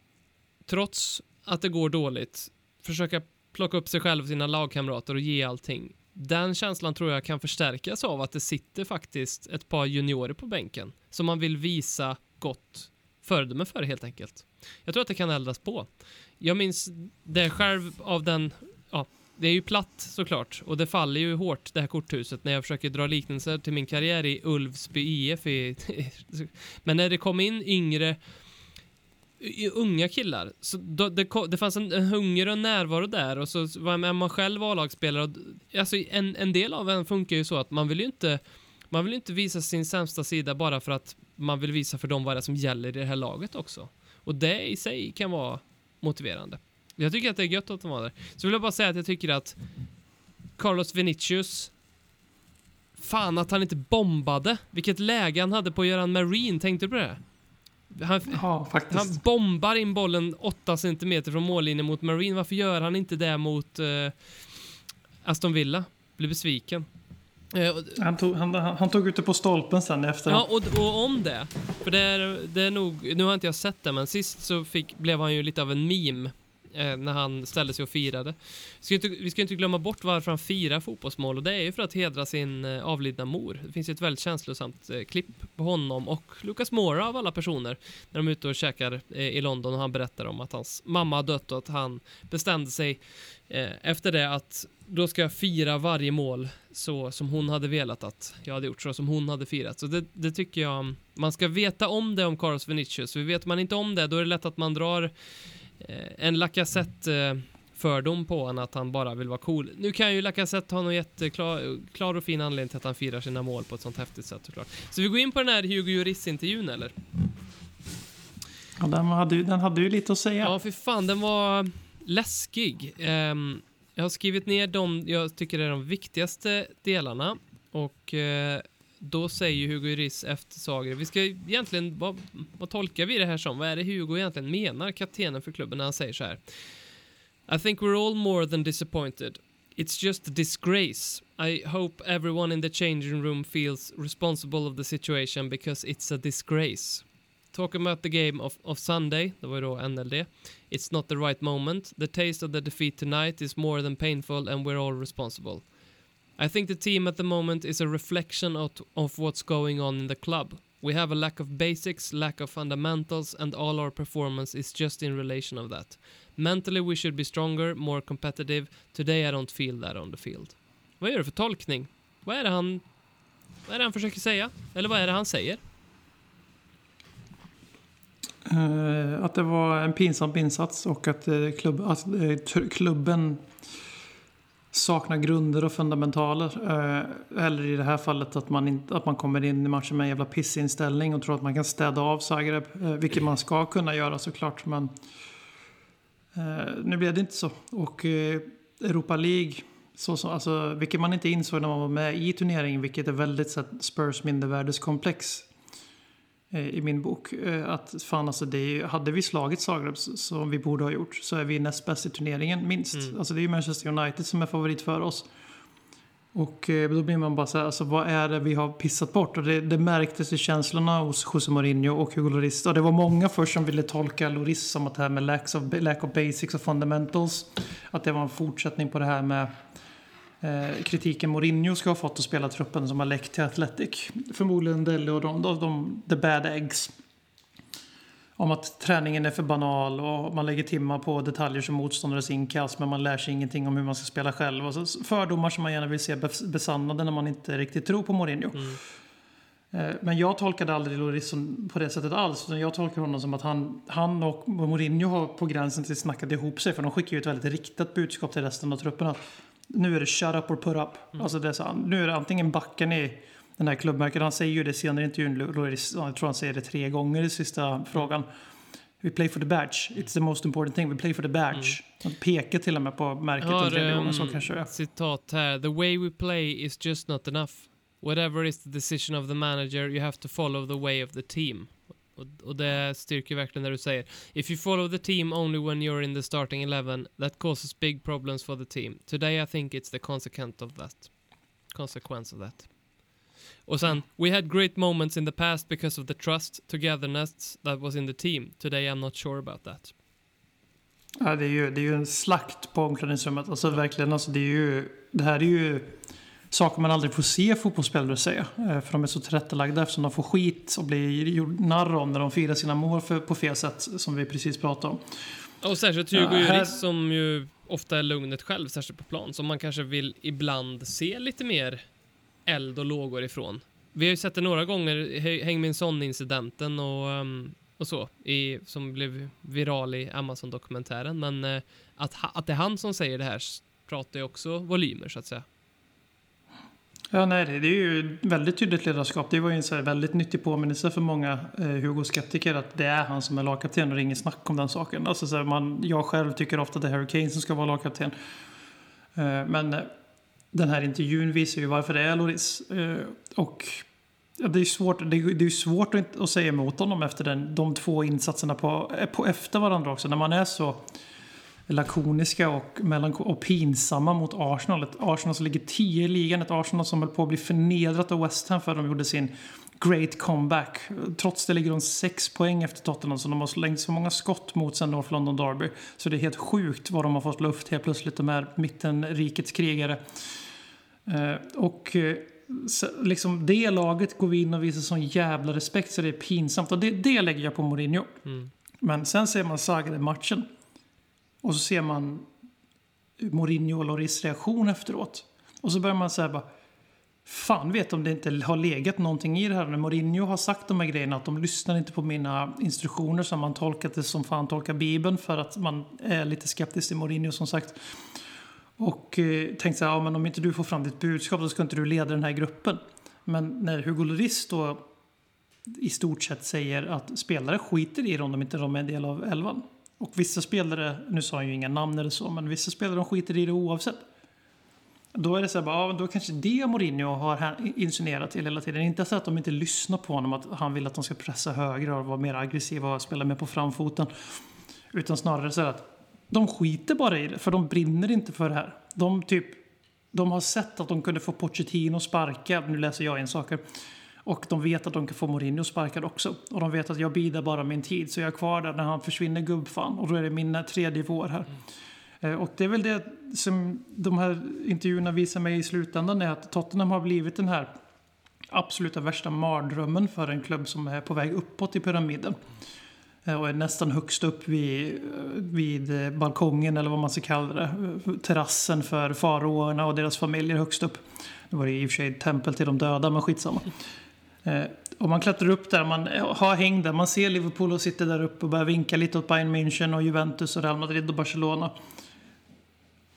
trots att det går dåligt försöka plocka upp sig själv och sina lagkamrater och ge allting. Den känslan tror jag kan förstärkas av att det sitter faktiskt ett par juniorer på bänken som man vill visa gott föredöme för helt enkelt. Jag tror att det kan eldas på. Jag minns det själv av den, ja, det är ju platt såklart och det faller ju hårt det här korthuset när jag försöker dra liknelser till min karriär i Ulvsby I F. I, men när det kom in yngre unga killar så då, det, det fanns en, en hunger och närvaro där och så var man själv A-lagsspelare och, alltså en, en del av en funkar ju så att man vill ju inte man vill inte visa sin sämsta sida bara för att man vill visa för dem vad det är som gäller i det här laget också. Och det i sig kan vara motiverande. Jag tycker att det är gött att de var där. Så vill jag bara säga att jag tycker att Carlos Vinicius, fan att han inte bombade. Vilket läge han hade på att göra en Marine, tänkte du på det? Han, ja, faktiskt. Han bombar in bollen åtta centimeter från mållinjen mot Marine. Varför gör han inte det mot uh, Aston Villa? Blir besviken. Uh, han, tog, han, han tog ut det på stolpen sen efter. Ja, och, och om det. För det är, det är nog, nu har inte jag sett det, men sist så fick, blev han ju lite av en meme eh, när han ställde sig och firade. Vi ska, inte, vi ska inte glömma bort varför han firar fotbollsmål, och det är ju för att hedra sin eh, avlidna mor. Det finns ju ett väldigt känslosamt eh, klipp på honom och Lucas Moura av alla personer när de är ute och käkar eh, i London och han berättar om att hans mamma har dött och att han bestämde sig eh, efter det att då ska jag fira varje mål så som hon hade velat att jag hade gjort, så som hon hade firat. Så det, det tycker jag, man ska veta om det om Carlos Vinicius. För vet man inte om det, då är det lätt att man drar eh, en Lacazette eh, fördom på honom att han bara vill vara cool. Nu kan ju Lacazette ha någon jätteklar klar och fin anledning till att han firar sina mål på ett sånt häftigt sätt såklart. Så vi går in på den här Hugo Lloris-intervjun, eller? Ja, den hade, ju, den hade ju lite att säga. Ja, för fan, den var läskig. Um, Jag har skrivit ner de jag tycker är de viktigaste delarna. Och eh, då säger Hugo Lloris efter Sagre. Vi ska egentligen, vad, vad tolkar vi det här som? Vad är det Hugo egentligen menar, kaptenen för klubben, när han säger så här? I think we're all more than disappointed. It's just a disgrace. I hope everyone in the changing room feels responsible of the situation because it's a disgrace. Talking about the game of, of Sunday, det var ju då N L D. It's not the right moment. The taste of the defeat tonight is more than painful and we're all responsible. I think the team at the moment is a reflection of, of what's going on in the club. We have a lack of basics, lack of fundamentals, and all our performance is just in relation of that. Mentally we should be stronger, more competitive. Today I don't feel that on the field. Vad gör du för tolkning? Vad är det han, vad är det han försöker säga? Eller vad är det han säger? Uh, att det var en pinsam insats och att, uh, klubb, att uh, klubben saknar grunder och fundamentaler. Eh, eller i det här fallet att man, inte, att man kommer in i matchen med en jävla pissinställning och tror att man kan städa av Zagreb. Eh, vilket man ska kunna göra såklart. Men eh, nu blev det inte så. Och eh, Europa League, så, så, alltså, vilket man inte insåg när man var med i turneringen, vilket är väldigt så att Spurs mindervärdeskomplex eh, i min bok. Eh, att fan alltså, det, hade vi slagit Zagreb som vi borde ha gjort, så är vi näst bäst i turneringen minst. Mm. Alltså det är ju Manchester United som är favorit för oss. Och eh, då blir man bara så här, alltså, vad är det vi har pissat bort? Och det, det märktes i känslorna hos José Mourinho och Hugo Lloris. Och det var många först som ville tolka Lloris som att det här med lack of, lack of basics och fundamentals, att det var en fortsättning på det här med eh, kritiken Mourinho ska ha fått att spela truppen som har läckt till Athletic. Förmodligen Dele och de, de, de the bad eggs. Om att träningen är för banal och man lägger timmar på detaljer som motståndares inkast, men man lär sig ingenting om hur man ska spela själv. Och så fördomar som man gärna vill se besannade när man inte riktigt tror på Mourinho. Mm. Men jag tolkade aldrig Lloris på det sättet alls. Jag tolkar honom som att han, han och Mourinho har på gränsen till snackat ihop sig. För de skickar ju ett väldigt riktat budskap till resten av trupperna. Nu är det shut up or put up. Mm. Alltså det är så, nu är det antingen backen i den här klubbmärket. Han säger ju det senare i intervjun. Lloris, jag tror han säger det tre gånger i sista frågan. We play for the badge. It's the most important thing. We play for the badge. Mm. Han pekar till och med på märket. Jag har, en tredje um, gången, så kanske det. citat här. The way we play is just not enough. Whatever is the decision of the manager, you have to follow the way of the team. Och, och det styrker verkligen när du säger, if you follow the team only when you're in the starting eleven, that causes big problems for the team. Today I think it's the consequence of that. Consequence of that. Och sen, we had great moments in the past because of the trust, togetherness that was in the team. Today I'm not sure about that. Ja, det är ju, det är ju en slakt på omklädningsrummet. Alltså verkligen, alltså det är ju, det här är ju saker man aldrig får se fotbollsspelare säga. För de är så tillrättalagda eftersom de får skit och blir gjord narr om när de firar sina mål för, på fel sätt, som vi precis pratade om. Och särskilt Hugo ja, här... Lloris som ju ofta är lugnet själv, särskilt på plan, som man kanske vill ibland se lite mer eld och lågor ifrån. Vi har ju sett det några gånger, Häng min son-incidenten och, um, och så, i, som blev viral i Amazon-dokumentären. Men uh, att, att det är han som säger det här pratar ju också volymer, så att säga. Ja, nej, det är ju väldigt tydligt ledarskap. Det var ju en så här väldigt nyttig påminnelse för många eh, Hugo-skeptiker att det är han som är lagkapten och det är ingen snack om den saken. Alltså, så här, man, jag själv tycker ofta att det är Harry Kane som ska vara lagkapten. Eh, men eh, den här intervjun visar ju varför det är Lloris. Eh, och ja, det är svårt, det är, det är svårt att, att säga emot honom efter den, de två insatserna på, på efter varandra också. När man är så lakoniska och, mellan, och pinsamma mot Arsenal. Ett Arsenal som ligger tio i ligan. Ett Arsenal som höll på att bli förnedrat av West Ham för att de gjorde sin great comeback. Trots det ligger de sex poäng efter Tottenham, så de har slängt så många skott mot sen North London Derby. Så det är helt sjukt vad de har fått luft helt plötsligt, de här mittenrikets krigare. Eh, och eh, så, liksom det laget går vi in och visar sån jävla respekt så det är pinsamt. Och det, det lägger jag på Mourinho. Mm. Men sen ser man Zagreb-matchen. Och så ser man Mourinho och Lloris reaktion efteråt. Och så börjar man säga bara, fan vet om det inte har legat någonting i det här. När Mourinho har sagt de här grejerna, att de lyssnar inte på mina instruktioner som man tolkat det som fan tolkar Bibeln, för att man är lite skeptisk till Mourinho som sagt. Och eh, tänkte så här, ja men om inte du får fram ditt budskap då ska inte du leda den här gruppen. Men när Hugo Lloris då i stort sett säger att spelare skiter i om de inte är en del av elvan. Och vissa spelare, nu sa jag ju inga namn eller så, men vissa spelare de skiter i det oavsett. Då är det så här, ja, då kanske det Mourinho har insinuerat till hela tiden. Inte så att de inte lyssnar på honom, att han vill att de ska pressa högre och vara mer aggressiva och spela mer på framfoten. Utan snarare så att de skiter bara i det, för de brinner inte för det här. De, typ, de har sett att de kunde få Pochettino sparka, nu läser jag in saker. Och de vet att de kan få Mourinho sparkad också. Och de vet att jag bidar bara min tid. Så jag är kvar där när han försvinner gubbfan. Och då är det min tredje vår här. Mm. Och det är väl det som de här intervjuerna visar mig i slutändan. Är att Tottenham har blivit den här absoluta värsta mardrömmen för en klubb som är på väg uppåt i pyramiden. Och är nästan högst upp vid, vid balkongen eller vad man ska kalla det. Terrassen för faraoerna och deras familjer högst upp. Det var i och för sig ett tempel till de döda, men skitsamma. Eh, och man klättrar upp där, man har häng där, man ser Liverpool och sitter där uppe och börjar vinka lite åt Bayern München och Juventus och Real Madrid och Barcelona.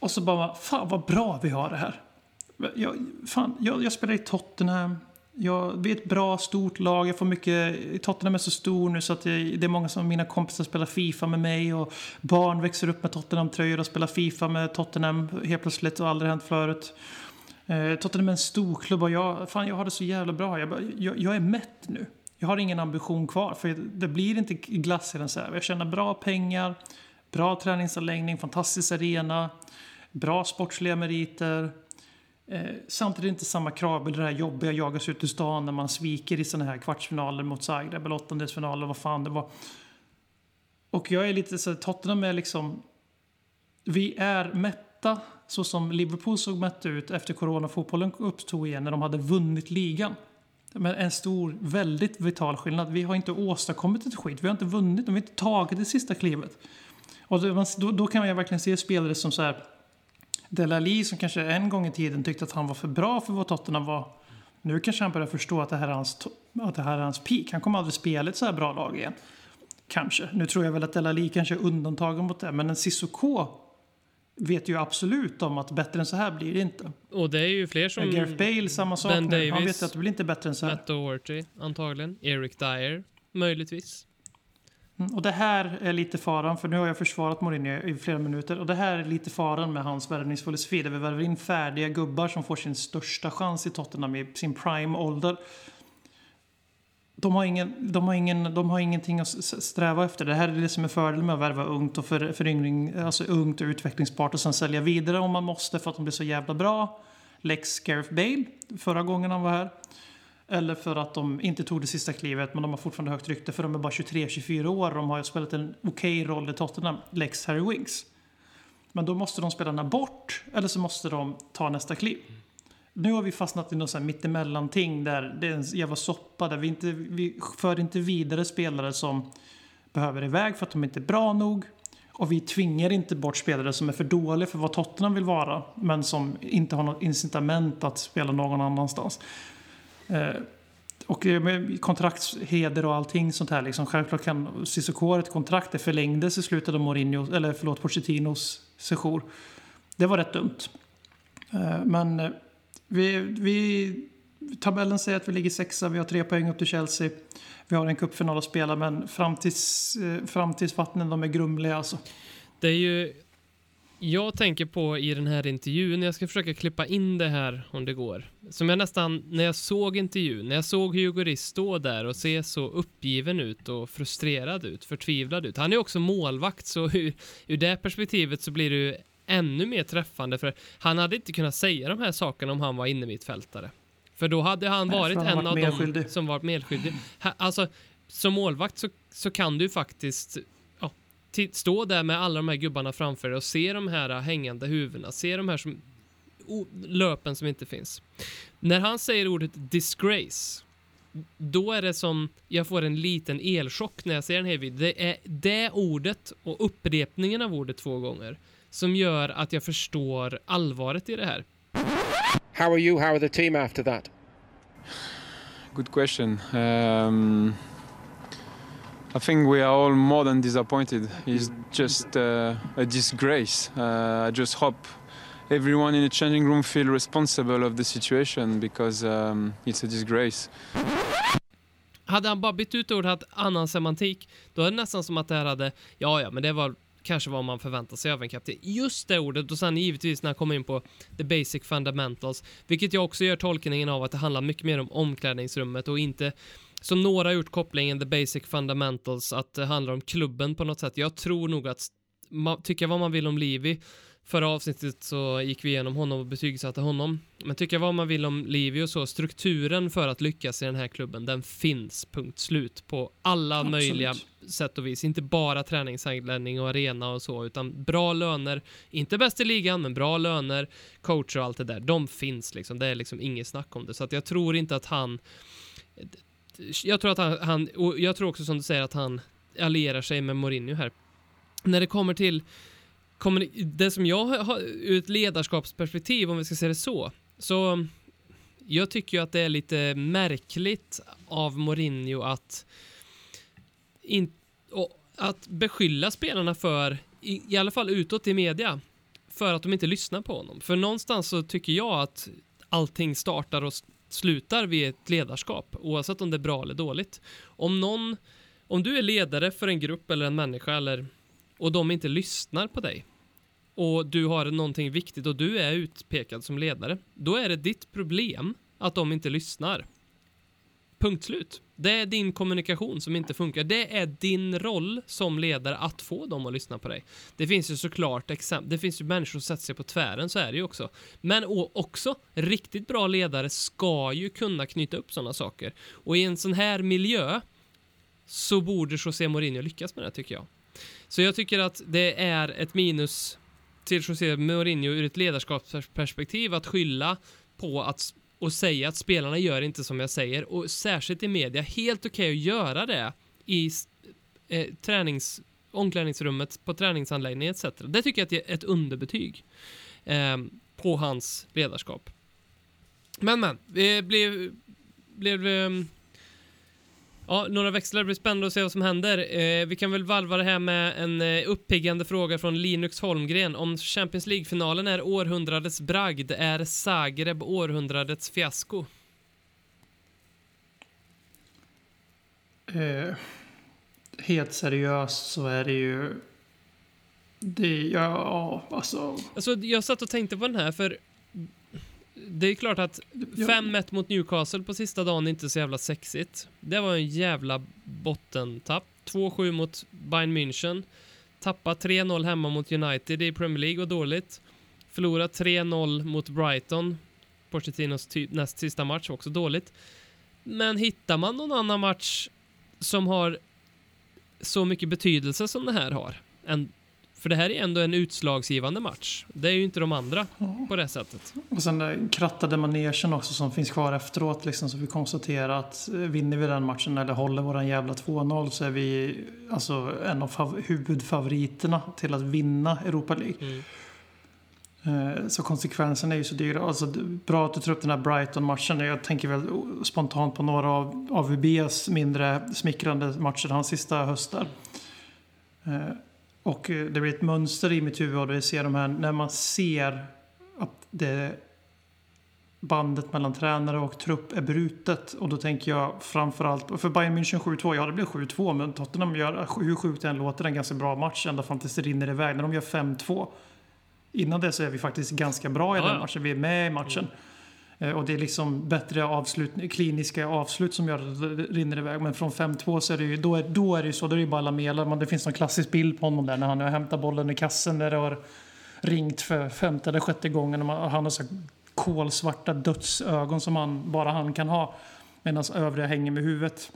Och så bara, fan vad bra vi har det här. Jag, fan, jag, jag spelar i Tottenham. Jag, vi är ett bra, stort lag. Jag får mycket... Tottenham är så stor nu så att det, det är många som mina kompisar spelar FIFA med mig. Och barn växer upp med Tottenham-tröjor och spelar FIFA med Tottenham helt plötsligt och aldrig hänt förut. Eh, Tottenham är en stor klubb och jag, fan, jag har det så jävla bra. Jag, jag, jag är mätt nu. Jag har ingen ambition kvar för det blir inte glass i den så här. Jag tjänar bra pengar, bra träningsanläggning, fantastisk arena, bra sportsliga meriter. Eh, samtidigt inte samma krav eller det här jobbiga jagas ut i stan när man sviker i såna här kvartsfinaler mot Zagreb eller åttondelsfinaler, vad fan det var. Och jag är lite så Tottenham är liksom, vi är mätta så som Liverpool såg mätt ut efter coronafotbollen uppstod igen när de hade vunnit ligan. Men en stor, väldigt vital skillnad. Vi har inte åstadkommit ett skit. Vi har inte vunnit. De har inte tagit det sista klivet. Och då, då kan jag verkligen se spelare som så här Dele Alli som kanske en gång i tiden tyckte att han var för bra för vad Tottenham var. Nu kanske han börjar förstå att det här är hans, att det här är hans peak. Han kommer aldrig spela ett så här bra lag igen. Kanske. Nu tror jag väl att Dele Alli kanske är undantagen mot det. Men en Sissoko vet ju absolut om att bättre än så här blir det inte. Och det är ju fler som... Gareth Bale, samma sak. Ben Davis, han vet att det blir inte bättre än så här. Matt Doherty, antagligen. Eric Dyer, möjligtvis. Mm, och det här är lite faran, för nu har jag försvarat Mourinho i flera minuter. Och det här är lite faran med hans värvningsfilosofi. Där vi värvar in färdiga gubbar som får sin största chans i Tottenham i sin prime-ålder. De har, ingen, de, har ingen, de har ingenting att sträva efter. Det här är det som är fördel med att värva ungt och för, föryngring, alltså ungt och utvecklingsbart och sen sälja vidare om man måste för att de blir så jävla bra. Lex Gareth Bale förra gången han var här. Eller för att de inte tog det sista klivet men de har fortfarande högt rykte för de är bara tjugotre tjugofyra år och de har ju spelat en okej roll i Tottenham. Lex Harry Winks. Men då måste de spela bort eller så måste de ta nästa kliv. Nu har vi fastnat i något så här mittemellan ting där det är en jävla soppa där vi inte vi för inte vidare spelare som behöver iväg för att de inte är bra nog och vi tvingar inte bort spelare som är för dåliga för vad Tottenham vill vara men som inte har något incitament att spela någon annanstans. Eh, och med kontraktsheder och allting sånt här liksom självklart kan Sissoko ett kontrakt det förlängdes i slutet av Mourinho eller förlåt Pochettinos sejour. Det var rätt dumt. Eh, men Vi, vi, tabellen säger att vi ligger sexa, vi har tre poäng upp till Chelsea. Vi har en cupfinal att spela, men framtids, framtidsvattnen de är grumliga alltså. Det är ju, jag tänker på i den här intervjun, jag ska försöka klippa in det här om det går. Som jag nästan, när jag såg intervjun, när jag såg Hugo Lloris stå där och se så uppgiven ut och frustrerad ut, förtvivlad ut. Han är också målvakt, så ur, ur det perspektivet så blir det ju ännu mer träffande för han hade inte kunnat säga de här sakerna om han var inne mittfältare. För då hade han varit han en varit av medskyldig. dem som var medskyldig. Alltså, som målvakt så, så kan du faktiskt ja, t- stå där med alla de här gubbarna framför dig och se de här hängande huvudena. Se de här som, o, löpen som inte finns. När han säger ordet disgrace, då är det som jag får en liten elchock när jag ser den här videon. Det är det ordet och upprepningen av ordet två gånger som gör att jag förstår allvaret i det här. How are you? How are the team after that? Good question. Um, I think we are all more than disappointed. It's just uh, a disgrace. Uh, I just hope everyone in the changing room feel responsible of the situation because um, it's a disgrace. Hade han bara bytt ut ord, haft annan semantik, då är det nästan som att det här hade, ja ja, men det var kanske vad man förväntar sig av en kapten. Just det ordet, och sen givetvis när jag kommer in på the basic fundamentals, vilket jag också gör tolkningen av att det handlar mycket mer om omklädningsrummet och inte, som några har gjort kopplingen the basic fundamentals, att det handlar om klubben på något sätt. Jag tror nog att man, tycka vad man vill om Livi. Förra avsnittet så gick vi igenom honom och betygsatte honom. Men tycka vad man vill om Livi och så, strukturen för att lyckas i den här klubben, den finns, punkt slut, på alla Absolut. möjliga sätt och vis. Inte bara träningsanläggning och arena och så, utan bra löner, inte bäst i ligan, men bra löner, coach och allt det där, de finns liksom. Det är liksom inget snack om det. Så att jag tror inte att han jag tror att han, han och jag tror också som du säger att han allierar sig med Mourinho här. När det kommer till kommer det som jag har ur ett ledarskapsperspektiv, om vi ska se det så, så jag tycker ju att det är lite märkligt av Mourinho att in, och att beskylla spelarna för, i, i alla fall utåt i media, för att de inte lyssnar på honom. För någonstans så tycker jag att allting startar och slutar vid ett ledarskap, oavsett om det är bra eller dåligt. Om någon, om du är ledare för en grupp eller en människa eller, och de inte lyssnar på dig och du har någonting viktigt och du är utpekad som ledare, då är det ditt problem att de inte lyssnar. Punkt slut. Det är din kommunikation som inte funkar. Det är din roll som ledare att få dem att lyssna på dig. Det finns ju såklart exempel. Det finns ju människor som sätter sig på tvären, så är det ju också. Men också, riktigt bra ledare ska ju kunna knyta upp sådana saker. Och i en sån här miljö så borde José Mourinho lyckas med det, tycker jag. Så jag tycker att det är ett minus till José Mourinho ur ett ledarskapsperspektiv att skylla på att och säga att spelarna gör inte som jag säger, och särskilt i media, helt okej att göra det i eh, tränings, omklädningsrummet, på träningsanläggningen et cetera. Det tycker jag är ett underbetyg eh, på hans ledarskap. Men men, det blev, blev eh, ja, några växlar. Det blir spännande att se vad som händer. Eh, vi kan väl valva det här med en eh, uppiggande fråga från Linux Holmgren. Om Champions League-finalen är århundradets bragd, är Zagreb århundradets fiasko? Eh, helt seriöst så är det ju... Det, ja, alltså... Alltså, jag satt och tänkte på den här, för det är klart att fem ett mot Newcastle på sista dagen är inte så jävla sexigt. Det var en jävla bottentapp. två sju mot Bayern München. Tappa tre noll hemma mot United i Premier League och dåligt. Förlora tre noll mot Brighton. Pochettinos ty- näst sista match också dåligt. Men hittar man någon annan match som har så mycket betydelse som det här har? En För det här är ändå en utslagsgivande match. Det är ju inte de andra ja. på det sättet. Och sen den krattade manegen också som finns kvar efteråt. Liksom, så vi konstaterar att vinner vi den matchen eller håller våran jävla två noll så är vi alltså en av fav- huvudfavoriterna till att vinna Europa League. Mm. Eh, så konsekvensen är ju så dyra. Alltså, bra att du tar upp den här Brighton-matchen. Jag tänker väl spontant på några av A V B:s mindre smickrande matcher hans sista höstar. Eh, Och det blir ett mönster i mitt huvud och det ser de här, när man ser att det bandet mellan tränare och trupp är brutet. Och då tänker jag framförallt, för Bayern München sju två, ja det blir sju två, men Tottenham gör, hur sjukt den låter, en ganska bra match ända fram tills det rinner iväg. När de gör fem två, innan det så är vi faktiskt ganska bra i ja, den matchen, vi är med i matchen. Mm. Och det är liksom bättre avslut, kliniska avslut som gör att det rinner iväg. Men från fem två så är det ju, då är, då är det ju så, då är det ju bara Lamela. Men det finns någon klassisk bild på honom där när han har hämtat bollen i kassen där det har ringt för femte eller sjätte gången. Och man, han har så kolsvarta dödsögon som han, bara han kan ha. Medan övriga hänger med huvudet.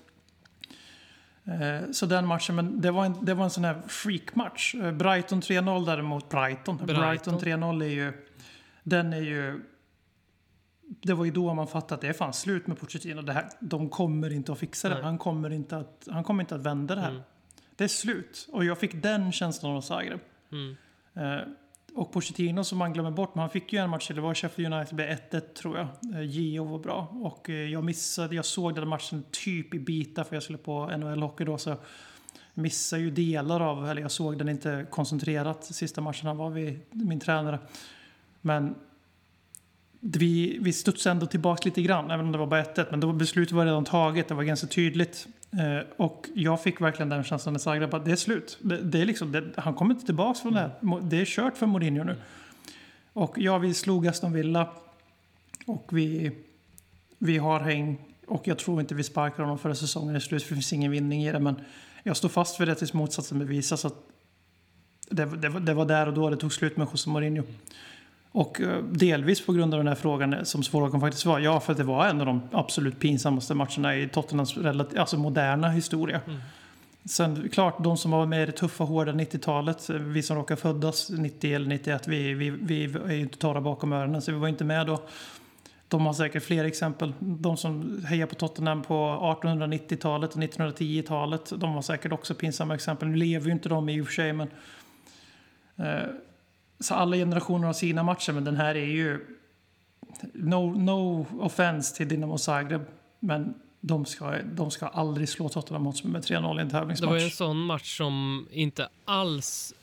Så den matchen, men det var en, det var en sån här freakmatch. Brighton tre noll däremot, Brighton. Brighton, Brighton tre noll är ju, den är ju... Det var ju då man fattade att det är fan slut med Pochettino. Det här, de kommer inte att fixa det. Nej. Han kommer inte att, han kommer inte att vända det här. Mm. Det är slut. Och jag fick den känslan av Zagreb. Mm. Eh, och Pochettino som man glömmer bort. Men han fick ju en match. Det var Sheffield United med ett ett tror jag. Eh, Gio var bra. Och eh, jag missade. Jag såg den matchen typ i bitar. För jag skulle på N H L-hockey då. Så missade ju delar av. Eller jag såg den inte koncentrerat. Sista matchen han var vid min tränare. Men... Vi, vi studsade ändå tillbaka lite grann, även om det var bara ett ett, men då beslutet var redan taget, det var ganska tydligt. Eh, och jag fick verkligen den känslan när Zagreb att det är slut. Det, det är liksom, det, han kommer inte tillbaka från det här. Det är kört för Mourinho nu. Och ja, vi slog Aston Villa. Och vi, vi har häng. Och jag tror inte vi sparkar honom förra säsongen är slut, för det finns ingen vinning i det. Men jag står fast vid det tills motsatsen bevisas att det, det, det var där och då det tog slut med José Mourinho. Och delvis på grund av den här frågan som svårare faktiskt var. Ja, för det var en av de absolut pinsammaste matcherna i Tottenhams relativ, alltså moderna historia. Mm. Sen klart, de som var med i det tuffa, hårda nittiotalet, vi som råkar föddas nittio eller nittioett, vi, vi, vi är ju inte torra bakom öronen, så vi var inte med då. De har säkert fler exempel. De som hejar på Tottenham på artonhundranittiotalet och nittonhundratiotalet, de var säkert också pinsamma exempel. Nu lever ju inte de i och för sig, men... Eh, Så alla generationer har sina matcher, men den här är ju no, no offense till Dinamo Zagreb, men de ska, de ska aldrig slå Tottenham med tre noll i en tävlingsmatch. Det var ju en sån match som inte alls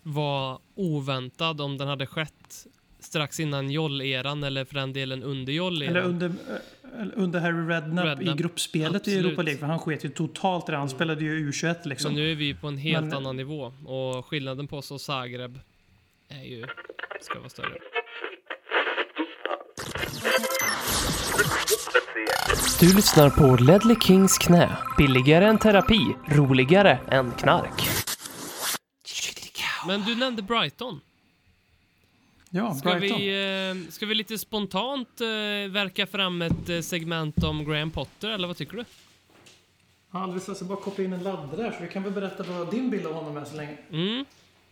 var oväntad om den hade skett strax innan Joll-eran eller för den delen under Joll-eran. Eller under, under Harry Redknapp, Redknapp. i gruppspelet Absolut. i Europa League. För han sket ju totalt. Han spelade ju U tjugoett liksom. Men nu är vi på en helt Men, annan nivå. Och skillnaden på oss och Zagreb är ju, ska vara större. Du lyssnar på Ledley Kings knä. Billigare än terapi, roligare än knark. Men du nämnde Brighton. Ja, Ska Brighton. vi, eh, ska vi lite spontant eh, verka fram ett eh, segment om Graham Potter, eller vad tycker du? Ja, alldeles, jag ska bara koppla in en laddare där, så vi kan väl berätta vad din bild av honom är så länge. Mm.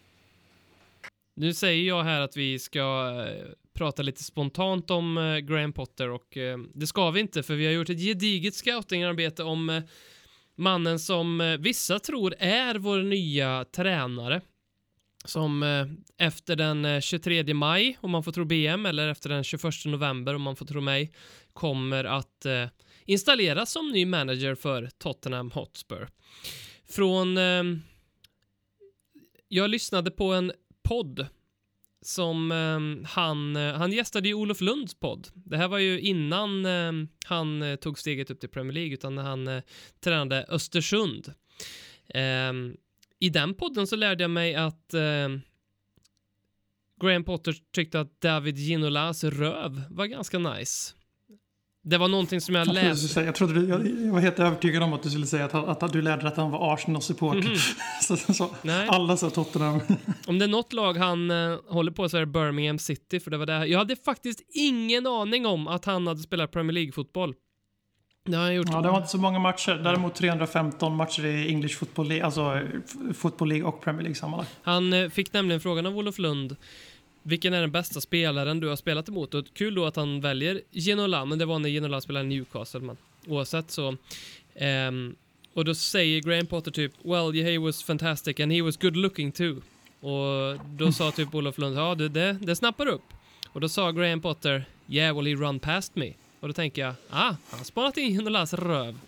Nu säger jag här att vi ska eh, prata lite spontant om eh, Graham Potter, och eh, det ska vi inte, för vi har gjort ett gediget scoutingarbete om eh, mannen som eh, vissa tror är vår nya tränare. Som eh, efter den eh, tjugotredje maj, om man får tro B M, eller efter den tjugoförsta november, om man får tro mig, kommer att eh, installeras som ny manager för Tottenham Hotspur. Från... Eh, jag lyssnade på en podd som eh, han... Eh, han gästade ju Olof Lunds podd. Det här var ju innan eh, han eh, tog steget upp till Premier League, utan när han eh, tränade Östersund. Eh, I den podden så lärde jag mig att eh, Graham Potter tyckte att David Ginolas röv var ganska nice. Det var någonting som jag, jag läste. Säga, jag, trodde du, jag, jag var helt övertygad om att du skulle säga att, att, att du lärde att han var Arsenal-support. Mm-hmm. så, så, alla sa Tottenham. Om det är något lag han eh, håller på så är det Birmingham City. För det var det här. Jag hade faktiskt ingen aning om att han hade spelat Premier League-fotboll. Det har han gjort. Ja, det var inte så många matcher. Däremot trehundrafemton matcher i English Football League, alltså Football League och Premier League sammanlagt. Han eh, fick nämligen frågan av Olof Lund: vilken är den bästa spelaren du har spelat emot? Och kul då att han väljer Ginola, men det var när Ginola spelade i Newcastle. Men oavsett så... Um, och då säger Graham Potter typ: well, yeah, he was fantastic and he was good looking too. Och då sa typ Olof Lund: ja, det, det, det snappar upp. Och då sa Graham Potter: yeah, well, he run past me. Och då tänker jag, ah, han har spanat in Ginolas röv.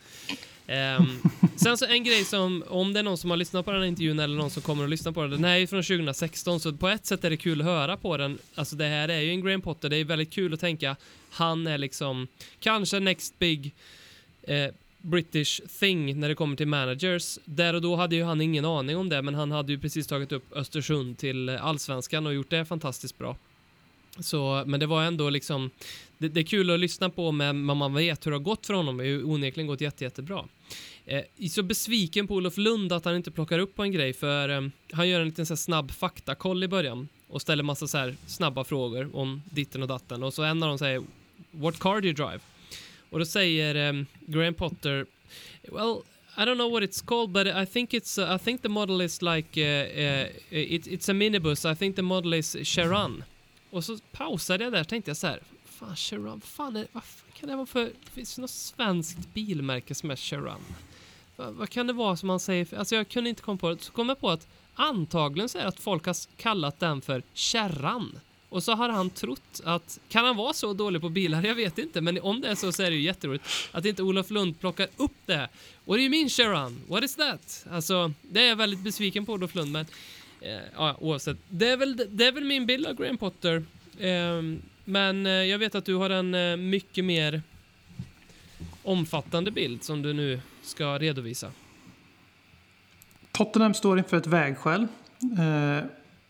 Um, sen så en grej som, om det är någon som har lyssnat på den här intervjun eller någon som kommer att lyssna på den, den här är från tjugohundrasexton, så på ett sätt är det kul att höra på den. Alltså det här är ju en Graham Potter, det är väldigt kul att tänka, han är liksom kanske next big eh, British thing när det kommer till managers. Där och då hade ju han ingen aning om det, men han hade ju precis tagit upp Östersund till Allsvenskan och gjort det fantastiskt bra. Så, men det var ändå liksom det, det är kul att lyssna på, men man vet hur det har gått för honom. Det har ju onekligen gått jätte, jättebra. Eh, så besviken på Olof Lund att han inte plockar upp på en grej, för eh, han gör en liten så här snabb faktakoll i början och ställer massa så här snabba frågor om ditten och datten, och så en av dem säger what car do you drive? Och då säger eh, Graham Potter, well, I don't know what it's called, but I think it's uh, I think the model is like uh, uh, it, it's a minibus. I think the model is Charan. Och så pausade jag där, tänkte jag så här, fan Charan, vad fan, är, vad fan kan det vara för, finns det något svenskt bilmärke som är Charan? Vad, vad kan det vara som man säger, alltså jag kunde inte komma på det, så kom jag på att antagligen så är det att folk har kallat den för Charan. Och så har han trott att, kan han vara så dålig på bilar? Jag vet inte, men om det är så så är det ju jätteroligt att inte Olof Lund plockar upp det. What do you mean Charan? What is that? Alltså, det är jag väldigt besviken på Olof Lund, men eh, ja, oavsett. Det är, väl, det är väl min bild av Graham Potter. Eh, men eh, jag vet att du har en eh, mycket mer omfattande bild som du nu ska redovisa. Tottenham står inför ett vägskäl. Eh,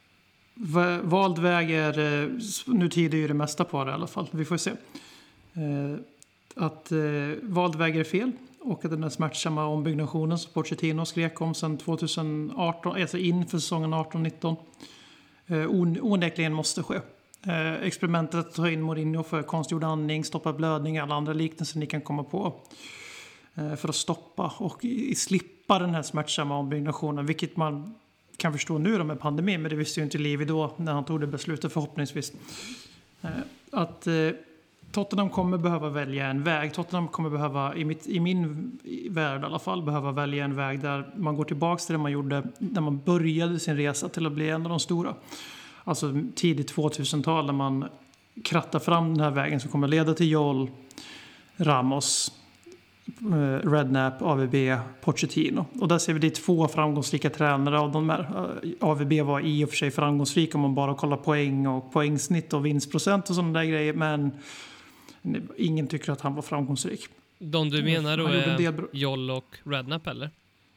vald väg är, eh, nu tider ju det mesta på det i alla fall. Vi får se. Eh, att eh, vald väg är fel. Och att den där smärtsamma ombyggnationen som Pochettino skrek om sedan tjugoarton, alltså inför säsongen arton nitton, eh, onekligen måste ske. Eh, experimentet att ta in Mourinho för konstgjord andning, stoppa blödning, alla andra liknelser ni kan komma på. Eh, för att stoppa och i, slippa den här smärtsamma ombyggnationen, vilket man kan förstå nu då med pandemin, men det visste ju inte Livi då när han tog det beslutet förhoppningsvis. Eh, att... Eh, Tottenham kommer behöva välja en väg. Tottenham kommer behöva, i, mitt, i min värld i alla fall, behöva välja en väg där man går tillbaka till det man gjorde när man började sin resa till att bli en av de stora. Alltså tidigt tvåtusental, när man krattar fram den här vägen som kommer leda till Joel, Ramos, eh, Redknapp, A V B, Pochettino. Och där ser vi det två framgångsrika tränare av de här. Eh, A V B var i och för sig framgångsrik om man bara kollar poäng och poängsnitt och vinstprocent och sådana där grejer, men ingen tycker att han var framgångsrik. De du menar då Han gjorde en del är bra- Joll och Redknapp, eller?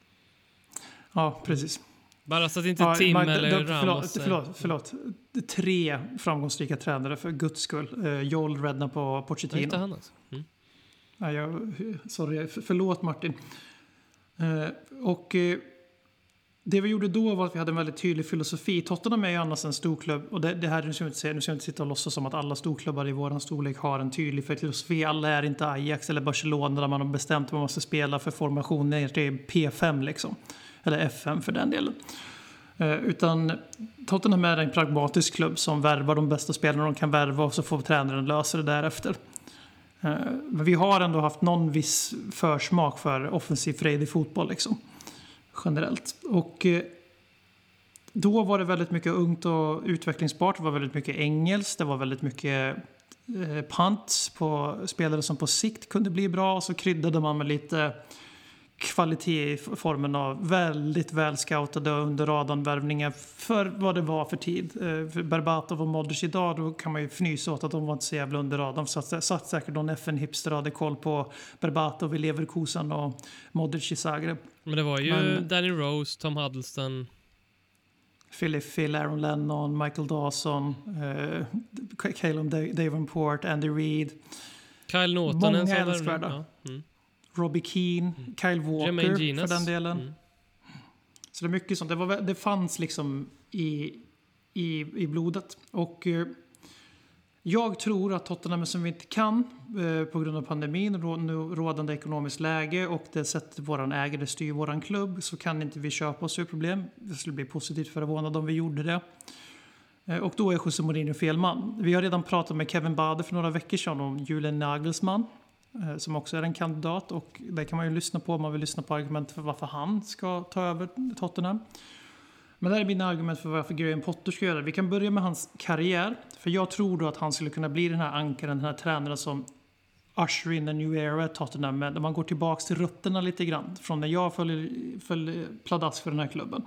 Ja, precis. Bara så att inte Ja, Tim man- eller det- Ramos... förlåt, förlåt, förlåt. Tre framgångsrika tränare för guds skull. Eh, Joel, Redknapp och Nej, Pochettino. inte han alltså. Mm. Ja, jag, sorry, för, förlåt Martin. Eh, och eh, det vi gjorde då var att vi hade en väldigt tydlig filosofi. Tottenham är ju annars en storklubb. Och det, det här nu ska jag inte säga, nu ska jag inte sitta och låtsas som att alla storklubbar i våran storlek har en tydlig filosofi. Alla är inte Ajax eller Barcelona där man har bestämt vad man måste spela för formationer. Det är P fem liksom. Eller F fem för den delen. Eh, utan Tottenham är en pragmatisk klubb som värvar de bästa spelarna de kan värva och så får tränaren lösa det därefter. Eh, men vi har ändå haft någon viss försmak för offensiv frejdig fotboll liksom. Generellt. Och eh, då var det väldigt mycket ungt och utvecklingsbart. Det var väldigt mycket engelskt. Det var väldigt mycket eh, punts på spelare som på sikt kunde bli bra. Och så kryddade man med lite kvalitet i formen av väldigt välscoutade under radarvärvningar för vad det var för tid. Eh, för Berbatov och Modric idag, då kan man ju fnysa åt att de var inte så jävla under radarn. Så satt, satt säkert någon F N-hipster hade koll på Berbatov i Leverkusen och Modric i Zagreb. Men det var ju Men- Danny Rose, Tom Huddleston. Philip Phil, Aaron Lennon, Michael Dawson, eh, Calum Da- Davenport, Andy Reid, Kyle Norton. Många en sån där- älskvärda. Ja. Mm. Robbie Keane, Kyle Jermaine Walker Genius. för den delen. Mm. Så det är mycket sånt. Det, var, vä- det fanns liksom i, i, i blodet. Och eh, jag tror att Tottenham, som vi inte kan eh, på grund av pandemin och rå, nu rådande ekonomiskt läge och det sättet våran ägare styr våran klubb, så kan inte vi köpa oss ur problem. Det skulle bli positivt förvånad om vi gjorde det. Eh, och då är José Mourinho fel man. Vi har redan pratat med Kevin Bader för några veckor sedan om Julian Nagelsmann, eh, som också är en kandidat, och det kan man ju lyssna på om man vill lyssna på argument för varför han ska ta över Tottenham. Men det här är mina argument för varför Graham Potter ska göra det. Vi kan börja med hans karriär. För jag tror då att han skulle kunna bli den här ankaren, den här tränaren som usher in a new era at Tottenham. Men om man går tillbaka till rötterna lite grann. Från när jag föll, föll pladask för den här klubben.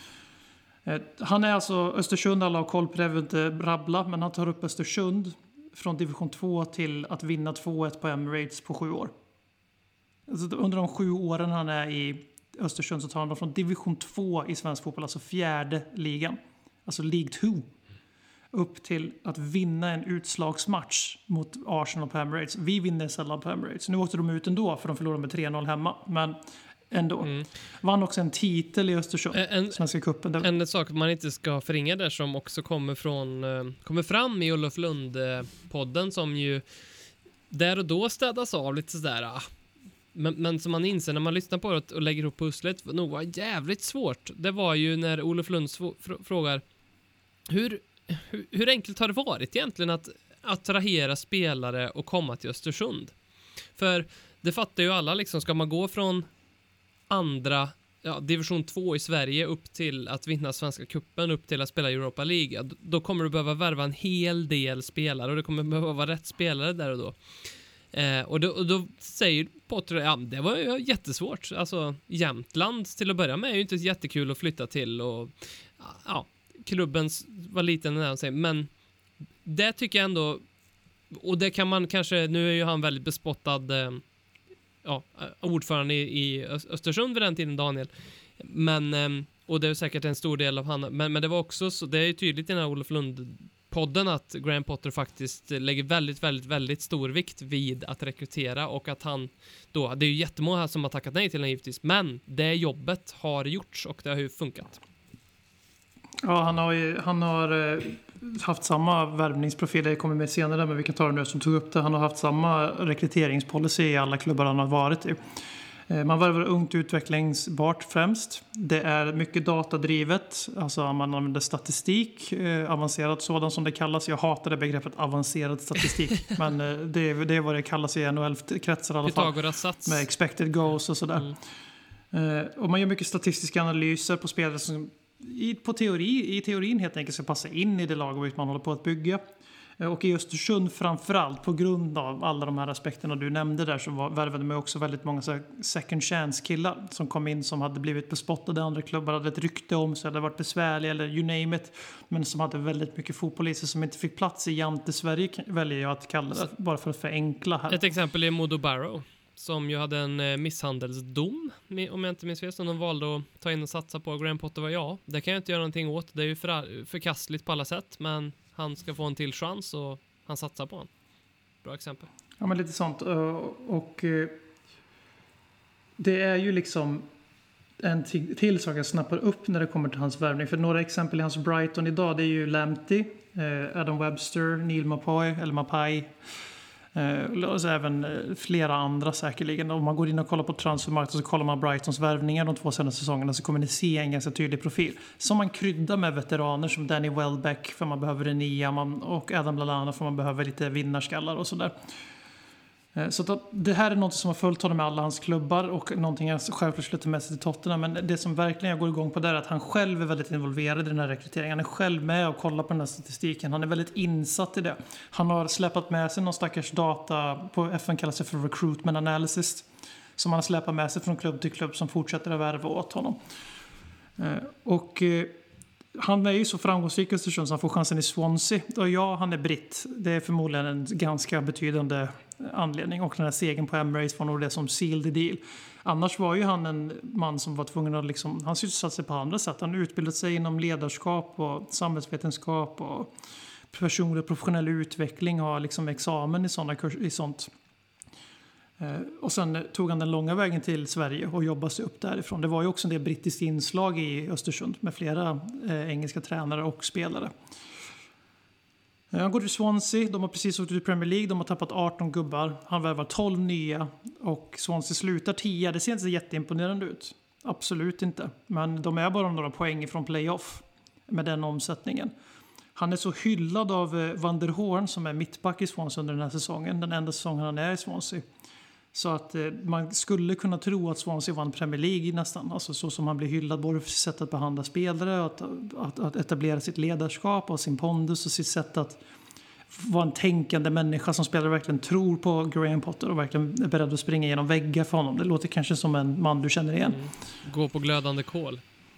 Eh, han är alltså Östersund, alla har koll på det, jag vill inte rabbla. Men han tar upp Östersund från division två till att vinna två ett på Emirates på sju år. Alltså under de sju åren han är i Östersund så tar han dem från division två i svensk fotboll, alltså fjärde ligan, alltså League två, upp till att vinna en utslagsmatch mot Arsenal på Emirates. Vi vinner sällan på Emirates. Nu åkte de ut ändå för de förlorade med tre noll hemma, men ändå. Mm. Vann också en titel i Östersund, en, Svenska cupen. Där... En sak man inte ska förringa där som också kommer från kommer fram i Olof Lund-podden, som ju där och då städas av lite sådär. Men, men som man inser när man lyssnar på det och lägger ihop pusslet, nog var jävligt svårt. Det var ju när Olof Lund fr- frågar hur, hur, hur enkelt har det varit egentligen att attrahera spelare och komma till Östersund? För det fattar ju alla liksom, ska man gå från andra ja, division två i Sverige upp till att vinna Svenska cupen, upp till att spela Europa League, då kommer du behöva värva en hel del spelare och det kommer behöva vara rätt spelare där och då. Eh, och, då och då säger Potter, ja, det var ju jättesvårt. Alltså, Jämtland till att börja med är ju inte jättekul att flytta till och ja, klubben var liten när han säger, men det tycker jag ändå, och det kan man kanske, nu är ju han väldigt bespottad eh, ja, ordförande i, i Östersund vid den tiden, Daniel, men eh, och det är säkert en stor del av han, men, men det var också så, det är ju tydligt i den här Olof Lund podden att Graham Potter faktiskt lägger väldigt, väldigt, väldigt stor vikt vid att rekrytera, och att han då, det är ju jättemånga här som har tackat nej till den givetvis, men det jobbet har gjorts och det har ju funkat. Ja, han har, ju, han har eh, haft samma värvningsprofil, det kommer med senare, men vi kan ta det nu som tog upp det. Han har haft samma rekryteringspolicy i alla klubbar han har varit i. Man värvar ungt utvecklingsbart främst. Det är mycket datadrivet. Alltså man använder statistik. Eh, avancerad sådan som det kallas. Jag hatar det begreppet avancerad statistik. men eh, det, är, det är vad det kallas i N H L-kretsar i alla fall. Pythagoras-sats. Med expected goals och sådär. Mm. Eh, och man gör mycket statistiska analyser på spelare som i, på teori, i teorin helt enkelt ska passa in i det lag man håller på att bygga. Och i Östersund framförallt på grund av alla de här aspekterna du nämnde där så var, värvade man också väldigt många så här second chance-killar som kom in som hade blivit bespottade andra klubbar, hade ett rykte om sig, hade varit besvärliga eller you name it, men som hade väldigt mycket fotpoliser som inte fick plats i Jante Sverige väljer jag att kalla det, bara för att förenkla här. Ett exempel är Modo Barrow som ju hade en eh, misshandelsdom om jag inte minns fel som de valde att ta in och satsa på. Graham Potter var ja, det kan jag inte göra någonting åt, det är ju för, förkastligt på alla sätt, men han ska få en till chans och han satsar på honom. Bra exempel. Ja, men lite sånt. Och det är ju liksom en till sak jag snappar upp när det kommer till hans värvning. För några exempel i hans Brighton idag, det är ju Lamptey, Adam Webster, Neil Mapai, eller Mapai. Och så även flera andra säkerligen. Om man går in och kollar på transfermarknaden så kollar man Brightons värvningar de två senaste säsongerna så kommer ni se en ganska tydlig profil. Som man kryddar med veteraner som Danny Welbeck för man behöver en nia man, och Adam Lallana för man behöver lite vinnarskallar och sådär. Så att det här är något som har följt honom med alla hans klubbar och någonting jag självklart slutar med sig till Tottenham. Men det som verkligen jag går igång på där är att han själv är väldigt involverad i den här rekryteringen. Han är själv med och kollar på den här statistiken. Han är väldigt insatt i det. Han har släpat med sig någon stackars data på F N kallas det för recruitment analysis. Som han har släpat med sig från klubb till klubb som fortsätter att värva åt honom. Och han är ju så framgångsrik i Östersund så han får chansen i Swansea. Och ja, han är britt. Det är förmodligen en ganska betydande anledning. Och den här segern på Emirates var nog det som sealed the deal. Annars var ju han en man som var tvungen att liksom, han sysselsatte sig på andra sätt. Han utbildat sig inom ledarskap och samhällsvetenskap och personlig och professionell utveckling. Har liksom examen i, såna kurs, i sånt. Och sen tog han den långa vägen till Sverige och jobbade sig upp därifrån. Det var ju också en del brittiskt inslag i Östersund med flera eh, engelska tränare och spelare. Han går till Swansea, de har precis åkt ut i Premier League, de har tappat arton gubbar. Han värvar tolv nya och Swansea slutar tio. Det ser inte så jätteimponerande ut. Absolut inte. Men de är bara några poäng från playoff med den omsättningen. Han är så hyllad av Van der Horn som är mittback i Swansea under den här säsongen. Den enda säsongen han är i Swansea. Så att eh, man skulle kunna tro att Swansea vann Premier League nästan. Alltså så som han blir hyllad både för sitt sätt att behandla spelare, att, att, att etablera sitt ledarskap och sin pondus och sitt sätt att vara en tänkande människa som spelare verkligen tror på Graham Potter och verkligen är beredd att springa genom väggar för honom. Det låter kanske som en man du känner igen. Mm. Gå på glödande kol.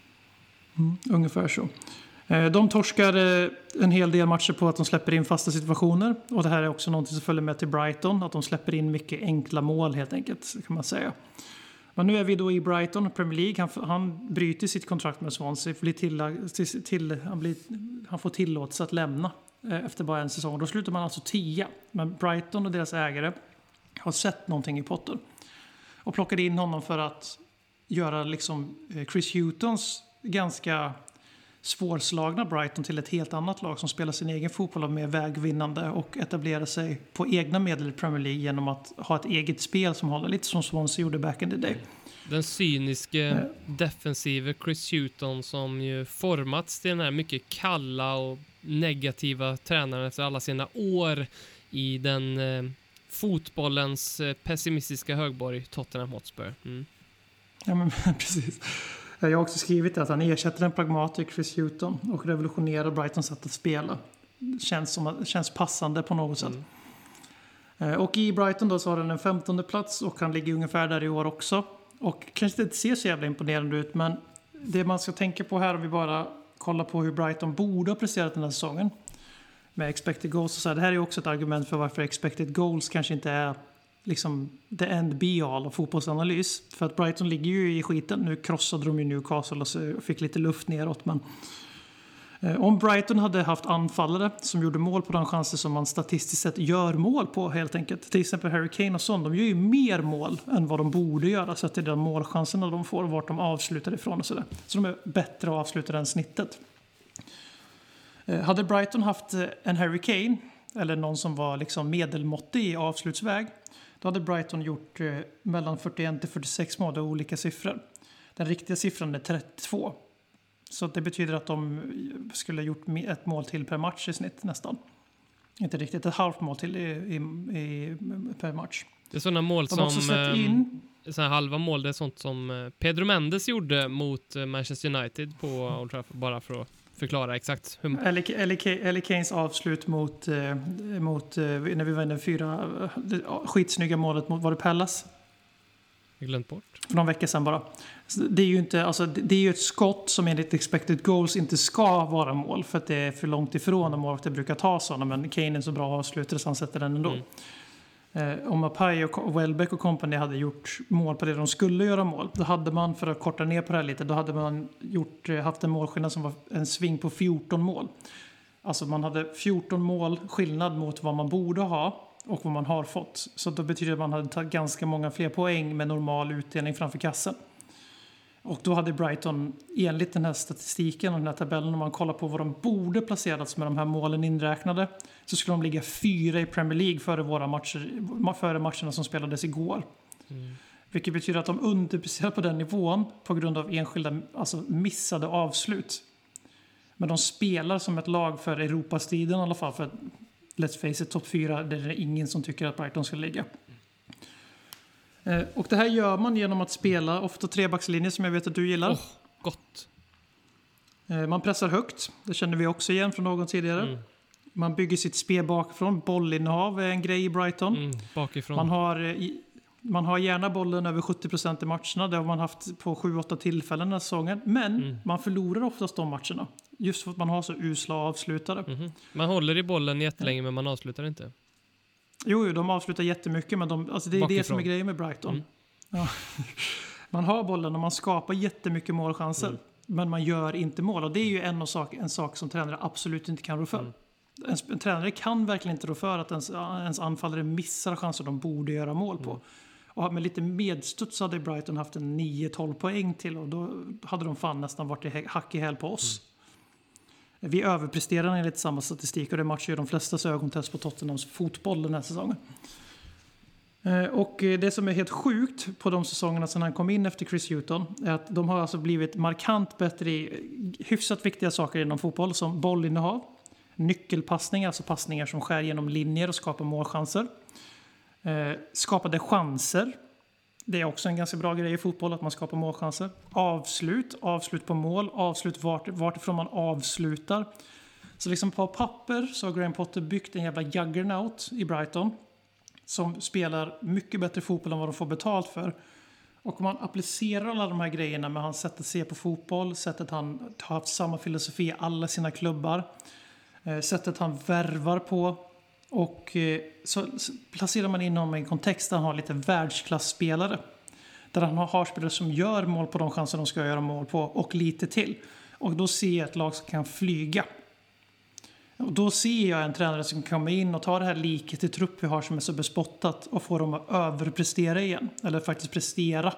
Mm, ungefär så. De torskar en hel del matcher på att de släpper in fasta situationer. Och det här är också något som följer med till Brighton. Att de släpper in mycket enkla mål helt enkelt kan man säga. Men nu är vi då i Brighton, Premier League. Han, han bryter sitt kontrakt med Swansea. Blir till, till, till, han, blir, han får tillåtelse att lämna efter bara en säsong. Då slutar man alltså tio. Men Brighton och deras ägare har sett någonting i Potter. Och plockade in honom för att göra liksom Chris Hutons ganska svårslagna Brighton till ett helt annat lag som spelar sin egen fotboll och mer vägvinnande och etablerar sig på egna medel i Premier League genom att ha ett eget spel som håller lite som Swansea gjorde back in the day. Den cyniske eh. defensive Chris Hughton som ju formats till den här mycket kalla och negativa tränaren efter alla sina år i den eh, fotbollens eh, pessimistiska högborg Tottenham Hotspur. Mm. Ja men precis. Jag har också skrivit att han ersätter en pragmatisk Chris Hughton och revolutionerar Brightons sätt att spela. Känns, som, känns passande på något sätt. Mm. Och i Brighton då så har han en femtonde plats och han ligger ungefär där i år också. Och kanske inte ser så jävla imponerande ut, men det man ska tänka på här om vi bara kollar på hur Brighton borde ha presterat den här säsongen med expected goals och så här. Det här är också ett argument för varför expected goals kanske inte är liksom the end be all av fotbollsanalys. För att Brighton ligger ju i skiten. Nu krossade de ju Newcastle och så fick lite luft neråt. Men eh, om Brighton hade haft anfallare som gjorde mål på de chanser som man statistiskt sett gör mål på helt enkelt. Till exempel Harry Kane och sånt. De gör ju mer mål än vad de borde göra. Så att det är de målchanserna de får och vart de avslutar ifrån och sådär. Så de är bättre att avsluta än snittet. Eh, hade Brighton haft en Harry Kane eller någon som var liksom medelmåttig i avslutsväg, då hade Brighton gjort eh, mellan fyrtioett till fyrtiosex mål, olika siffror. Den riktiga siffran är trettiotvå. Så det betyder att de skulle ha gjort ett mål till per match i snitt nästan. Inte riktigt, ett halvt mål till i, i, i, per match. Det är sådana mål som... In, sådana halva mål, det är sånt som Pedro Mendes gjorde mot Manchester United på Old Trafford, bara för att förklara exakt hur... Eller, eller, eller Kanes avslut mot, eh, mot eh, när vi vände fyra eh, skitsnygga målet mot, var det Pallas? Jag glömt bort. För någon vecka sedan bara. Det är ju inte, alltså, det är ju ett skott som enligt expected goals inte ska vara mål för att det är för långt ifrån de mål det brukar ta sådana, men Kane är så bra avslutare så han sätter den ändå. Mm. Eh, om Mapai och Welbeck och company hade gjort mål på det de skulle göra mål, då hade man, för att korta ner på det här lite, då hade man gjort, haft en målskillnad som var en sving på fjorton mål. Alltså man hade fjorton mål skillnad mot vad man borde ha och vad man har fått. Så då betyder det att man hade tagit ganska många fler poäng med normal utdelning framför kassen. Och då hade Brighton, enligt den här statistiken och den här tabellen, om man kollar på vad de borde placerats med de här målen inräknade, så skulle de ligga fyra i Premier League före våra matcher, före matcherna som spelades igår. Mm. Vilket betyder att de underpresterar på den nivån på grund av enskilda, alltså missade avslut. Men de spelar som ett lag för Europastriden i alla fall, för let's face it, topp fyra, där det är ingen som tycker att Brighton ska ligga. Eh, och det här gör man genom att spela ofta trebackslinjer som jag vet att du gillar. Oh, gott. Eh, man pressar högt, det känner vi också igen från någon tidigare. Mm. Man bygger sitt spel bakifrån, bollinnehav är en grej i Brighton. Mm, bakifrån. Man har, eh, man har gärna bollen över sjuttio procent i matcherna, det har man haft på sju åtta tillfällen den här säsongen. Men mm. man förlorar oftast de matcherna. Just för att man har så usla avslutare. Mm-hmm. Man håller i bollen jättelänge, men man avslutar inte. Jo, jo, de avslutar jättemycket, men de, alltså det är bakifrån. Det som är grejen med Brighton. Mm. Ja. Man har bollen och man skapar jättemycket målchanser, mm. men man gör inte mål. Och det är ju en sak, en sak som tränare absolut inte kan rå för. Mm. En, en tränare kan verkligen inte rå för att ens, ens anfallare missar chanser de borde göra mål på. Mm. Och med lite medstuds hade Brighton haft en nio tolv poäng till, och då hade de fan nästan varit i hack i häl på oss. Mm. Vi överpresterar enligt samma statistik, och det matchar ju de flesta ögontest på Tottenhams fotboll den här säsongen. Och det som är helt sjukt på de säsongerna sedan han kom in efter Chris Hughton är att de har alltså blivit markant bättre i hyfsat viktiga saker inom fotboll, som bollinnehav, nyckelpassningar, alltså passningar som skär genom linjer och skapar målchanser. Skapade chanser. Det är också en ganska bra grej i fotboll att man skapar målchanser. Avslut, avslut på mål, avslut vart, vartifrån man avslutar. Så liksom på papper så har Graham Potter byggt en jävla juggernaut i Brighton som spelar mycket bättre fotboll än vad de får betalt för. Och om man applicerar alla de här grejerna med hans sätt att se på fotboll, sättet han har haft samma filosofi i alla sina klubbar, sättet han värvar på, och så placerar man in honom i en kontext där han har lite världsklasspelare. Där han har spelare som gör mål på de chanser de ska göra mål på och lite till. Och då ser jag ett lag som kan flyga. Och då ser jag en tränare som kan komma in och ta det här liket i trupp vi har som är så bespottat och få dem att överprestera igen. Eller faktiskt prestera.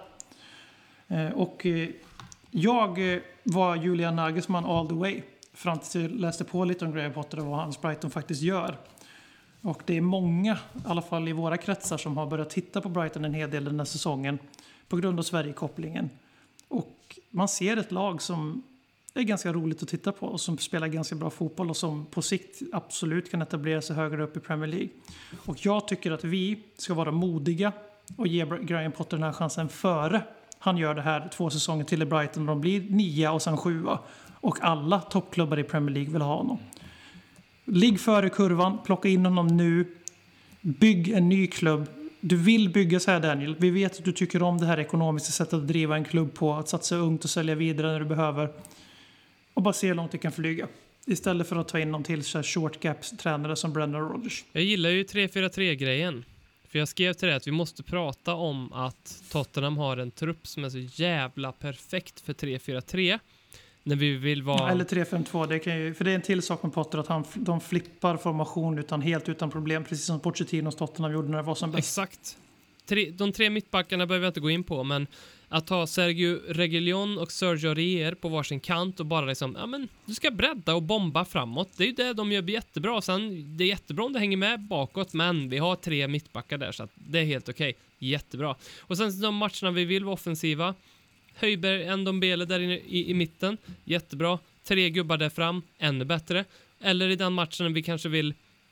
Och jag var Julian Nagelsmann all the way. Fram tills jag läste på lite om Graham Potter och vad hans Brighton faktiskt gör. Och det är många, i alla fall i våra kretsar, som har börjat titta på Brighton en hel del den här säsongen på grund av Sverigekopplingen. Och man ser ett lag som är ganska roligt att titta på och som spelar ganska bra fotboll och som på sikt absolut kan etablera sig högre upp i Premier League. Och jag tycker att vi ska vara modiga och ge Graham Potter den här chansen före han gör det här två säsonger till i Brighton. De blir nia och sen sjua. Och alla toppklubbar i Premier League vill ha honom. Ligg före kurvan, plocka in honom nu. Bygg en ny klubb. Du vill bygga så här, Daniel. Vi vet att du tycker om det här ekonomiska sättet att driva en klubb på. Att satsa ungt och sälja vidare när du behöver. Och bara se hur långt du kan flyga. Istället för att ta in någon till så här short gaps-tränare som Brendan Rodgers. Jag gillar ju tre fyra tre-grejen. För jag skrev till dig att vi måste prata om att Tottenham har en trupp som är så jävla perfekt för tre fyra tre. När vi vill vara... Eller tre fem två, det kan ju, för det är en till sak med Potter att han, de flippar formation utan, helt utan problem, precis som Pochettinos Tottenham gjorde när det var som bäst. Exakt. Tre, de tre mittbackarna behöver jag inte gå in på, men att ha Sergio Reguilón och Sergio Rier på varsin kant och bara liksom, ja men du ska bredda och bomba framåt. Det är ju det de gör jättebra. Sen, det är jättebra om det hänger med bakåt, men vi har tre mittbackar där så att det är helt okej. Okay. Jättebra. Och sen de matcherna vi vill vara offensiva. Höjberg, Ndombele där inne i, i mitten. Jättebra. Tre gubbar där fram. Ännu bättre. Eller i den matchen vi kanske vill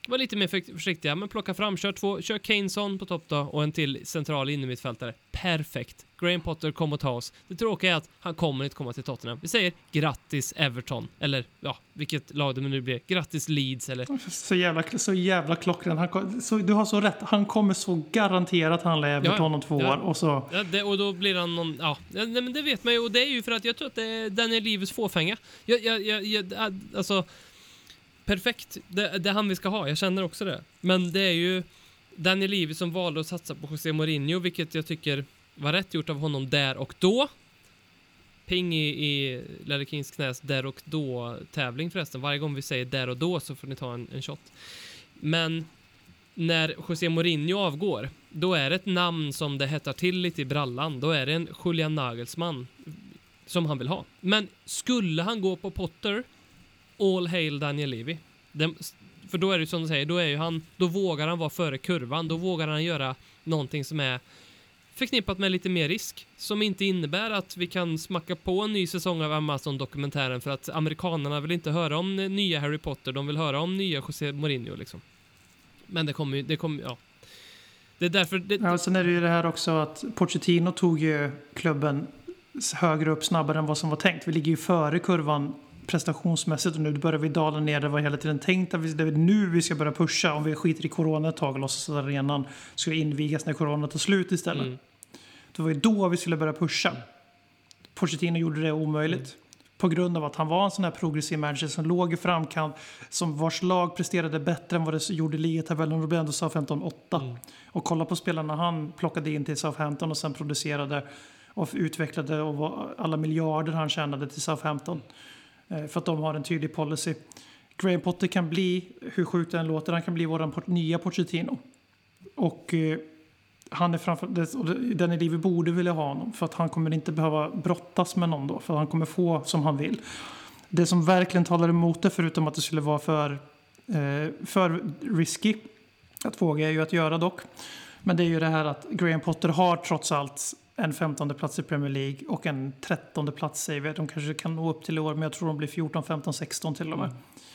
var lite mer för- försiktiga, men plocka fram, kör två, kör Kaneson på topp då och en till central innermittfältare. Perfekt. Graham Potter kommer att ta oss. Det tråkiga är att han kommer inte komma till Tottenham. Vi säger grattis Everton, eller ja, vilket lag det nu blir. Grattis Leeds eller... Så jävla, så jävla klockren. Han, kom- så, du har så rätt. Han kommer så garanterat handla i Everton Ja, om två ja. år. Och så... Ja, det, och då blir han någon... Ja, nej, men det vet man ju. Och det är ju för att jag tror att det är Daniel Levis fåfänga. Jag, jag, jag, jag, alltså... Perfekt. Det, det är han vi ska ha. Jag känner också det. Men det är ju Daniel Levy som valde att satsa på José Mourinho, vilket jag tycker var rätt gjort av honom där och då. Ping i, i Ledley Kings knäs där och då tävling förresten. Varje gång vi säger där och då så får ni ta en, en shot. Men när José Mourinho avgår, då är det ett namn som det hettar till lite i brallan. Då är det en Julian Nagelsmann som han vill ha. Men skulle han gå på Potter, all hail Daniel Levy. Den, för då är det som du säger, då är ju han, då vågar han vara före kurvan, då vågar han göra någonting som är förknippat med lite mer risk, som inte innebär att vi kan smacka på en ny säsong av Amazon-dokumentären, för att amerikanerna vill inte höra om nya Harry Potter, de vill höra om nya José Mourinho liksom. Men det kommer ju, det kommer, ja. Det är därför... Det, Ja, sen är det ju det här också att Pochettino tog ju klubben högre upp snabbare än vad som var tänkt. Vi ligger ju före kurvan prestationsmässigt och nu börjar vi dala ner. Det var hela tiden tänkt att vi, det är nu vi ska börja pusha. Om vi skiter i corona ett tag och låtsas att arenan ska invigas när corona tar slut istället. Mm. Det var ju då vi skulle börja pusha. Pochettino gjorde det omöjligt. Mm. På grund av att han var en sån här progressiv manager som låg i framkant, som vars lag presterade bättre än vad det gjorde i ligatabellen, och då blev ändå Southampton åtta. Mm. Och kolla på spelarna han plockade in till Southampton och sen producerade och utvecklade och var alla miljarder han tjänade till Southampton. För att de har en tydlig policy. Graham Potter kan bli, hur sjukt den låter, han kan bli våran port- nya Pochettino. Och eh, han är framför, det, och den är det vi borde vilja ha honom. För att han kommer inte behöva brottas med någon då. För han kommer få som han vill. Det som verkligen talar emot det, förutom att det skulle vara för, eh, för risky att våga, är ju att göra dock. Men det är ju det här att Graham Potter har trots allt en femtonde plats i Premier League och en trettonde plats säger vi. De kanske kan nå upp till i år, men jag tror de blir fjorton, femton, sexton till och med.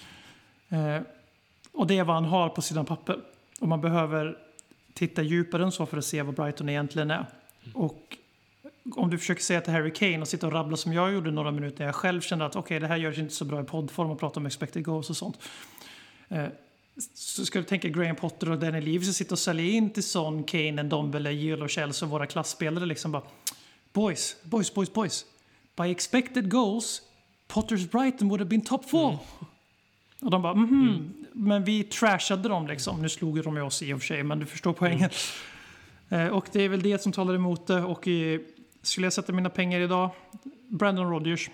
Mm. Eh, och det är vad han har på sidan papper. Och man behöver titta djupare än så för att se vad Brighton egentligen är. Mm. Och om du försöker säga till Harry Kane och sitta och rabbla som jag gjorde några minuter när jag själv kände att okej, okay, det här görs inte så bra i poddform och prata om expected goals och sånt. Eh, så ska du tänka Graham Potter och Daniel Levy som sitter och säljer in till Son, Kane, Ndombele, Gill och Chelsea och våra klassspelare liksom bara boys, boys, boys, boys. By expected goals, Potters Brighton would have been top four. Mm. Och de bara, mhm, mm. men vi trashade dem liksom. Nu slog de ju oss i och för sig, men du förstår poängen. Mm. Eh, och det är väl det som talar emot det. Och eh, skulle jag sätta mina pengar idag, Brandon Rodgers.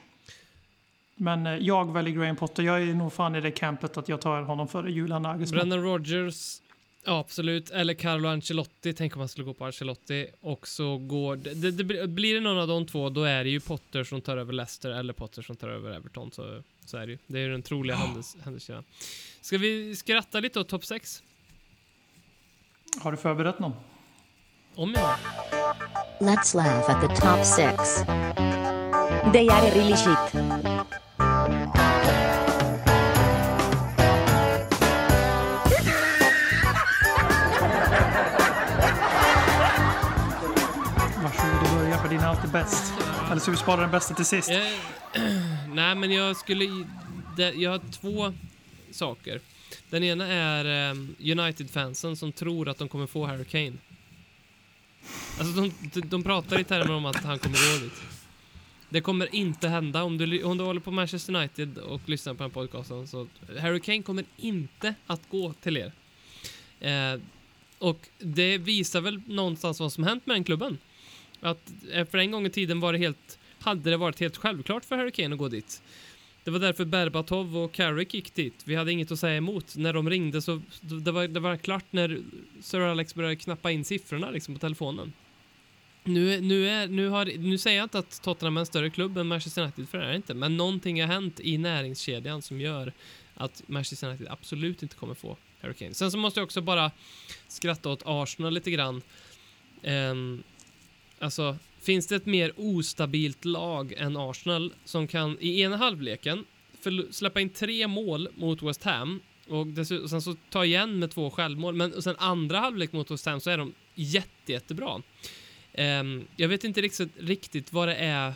Men eh, jag väljer Graham Potter. Jag är nog fan i det campet att jag tar honom före Julian Nagelsmann. Brandon Rodgers, ja, absolut. Eller Carlo Ancelotti. Tänk om man skulle gå på Ancelotti. Och så går det, det, det, blir det någon av de två, då är det ju Potter som tar över Leicester eller Potter som tar över Everton. Så, så är det ju. Det är ju den troliga oh. händelsen. Ska vi skratta lite åt topp sex? Har du förberett någon? Om jag har. Let's laugh at the top six. They are really shit. Varsågod och börja, för din är alltid bäst. Eller så vi sparar den bästa till sist. Eh, nej, men jag skulle... Det, jag har två saker. Den ena är um, United-fansen som tror att de kommer få Harry Kane. Alltså de, de, de pratar i termer om att han kommer gå dit. Det kommer inte hända om du, om du håller på Manchester United och lyssnar på den podcasten. Så Harry Kane kommer inte att gå till er. Eh, och det visar väl någonstans vad som hänt med den klubben. Att för en gång i tiden var det helt, hade det varit helt självklart för Harry Kane att gå dit. Det var därför Berbatov och Carrick gick dit. Vi hade inget att säga emot. När de ringde så det var, det var klart när Sir Alex började knappa in siffrorna liksom på telefonen. Nu, nu, är, nu, har, nu säger jag inte att Tottenham är en större klubb än Manchester United, för det är det inte. Men någonting har hänt i näringskedjan som gör att Manchester United absolut inte kommer få Harry Kane. Sen så måste jag också bara skratta åt Arsenal lite grann. Um, alltså, finns det ett mer ostabilt lag än Arsenal som kan i ena halvleken för, släppa in tre mål mot West Ham Och, dessutom, och sen så ta igen med två självmål. Men och sen andra halvlek mot West Ham så är de jätte, jättebra. Um, jag vet inte riktigt, riktigt vad det är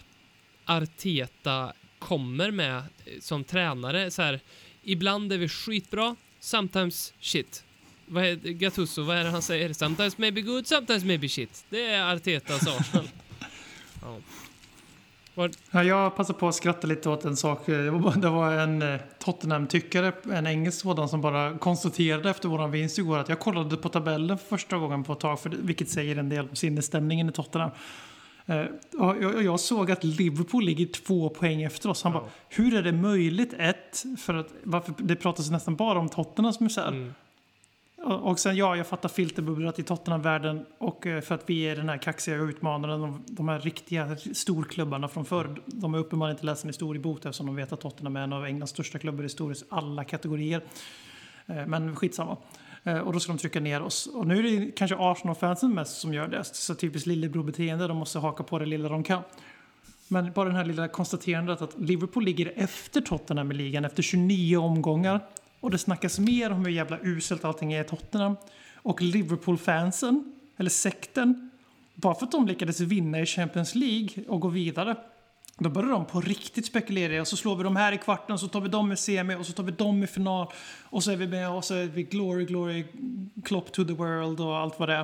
Arteta kommer med som tränare. Så här, ibland är vi skitbra, sometimes shit. Vad är Gattuso, vad är det han säger? Sometimes maybe good, sometimes maybe shit. Det är Artetas Arsenal. Ja. Var... Ja, jag passar på att skratta lite åt en sak. Det var en Tottenham-tyckare, en engelsk sådan, som bara konstaterade efter våran vinst igår att jag kollade på tabellen för första gången på ett tag, för det, vilket säger en del om sinnesstämningen i Tottenham. Uh, och jag, jag såg att Liverpool ligger två poäng efter oss. Han ja. bara, hur är det möjligt? Ett, för att varför, det pratas nästan bara om Tottenhams misär. Mm. Och, och sen, ja, jag fattar filterbubblat i Tottenham-världen, och uh, för att vi är den här kaxiga utmanaren, de, de här riktiga storklubbarna från förr, de är uppenbarligen inte läst en historiebok eftersom de vet att Tottenham är en av Englands största klubbar historiskt, alla kategorier. Uh, men skitsamma. Och då ska de trycka ner oss. Och nu är det kanske Arsenal-fansen mest som gör det. Så typiskt lillebror-beteende. De måste haka på det lilla de kan. Men bara den här lilla konstaterandet att Liverpool ligger efter Tottenham i ligan efter tjugonio omgångar. Och det snackas mer om hur jävla uselt allting är i Tottenham. Och Liverpool-fansen, eller sekten, bara för att de lyckades vinna i Champions League och gå vidare, då börjar de på riktigt spekulera, och så slår vi dem här i kvarten, så tar vi dem i semi, och så tar vi dem i final, och så är vi med, och så är vi glory, glory, Klopp to the world och allt vad det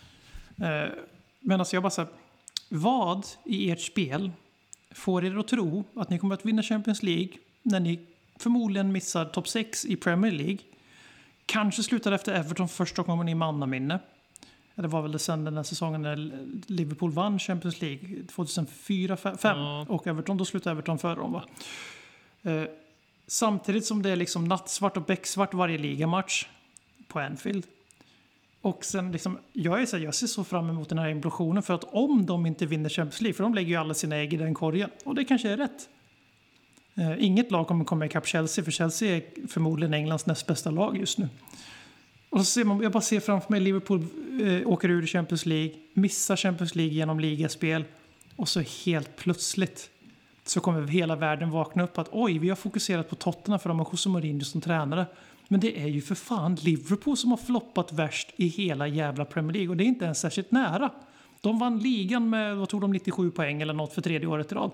är. Eh, men alltså jag bara säger, vad i ert spel får er att tro att ni kommer att vinna Champions League när ni förmodligen missar topp sex i Premier League, kanske slutar efter Everton första gången i mannaminne? Det var väl det sen den här säsongen när Liverpool vann Champions League tjugohundrafyra fem ja. Och Everton, då slutade Everton före dem, va? Eh, samtidigt som det är liksom nattsvart och becksvart varje ligamatch på Anfield. Och sen liksom, jag, är så här, jag ser så fram emot den här implosionen, för att om de inte vinner Champions League, för de lägger ju alla sina ägg i den korgen, och det kanske är rätt. Eh, inget lag kommer komma ikapp Chelsea, för Chelsea är förmodligen Englands näst bästa lag just nu. Och så ser man, jag bara ser framför mig Liverpool eh, åker ur Champions League, missar Champions League genom ligaspel, och så helt plötsligt så kommer hela världen vakna upp att oj, vi har fokuserat på Tottenham för de har Jose Mourinho som tränare. Men det är ju för fan Liverpool som har floppat värst i hela jävla Premier League, och det är inte ens särskilt nära. De vann ligan med, vad tog de, nittiosju poäng eller något för tredje året i rad.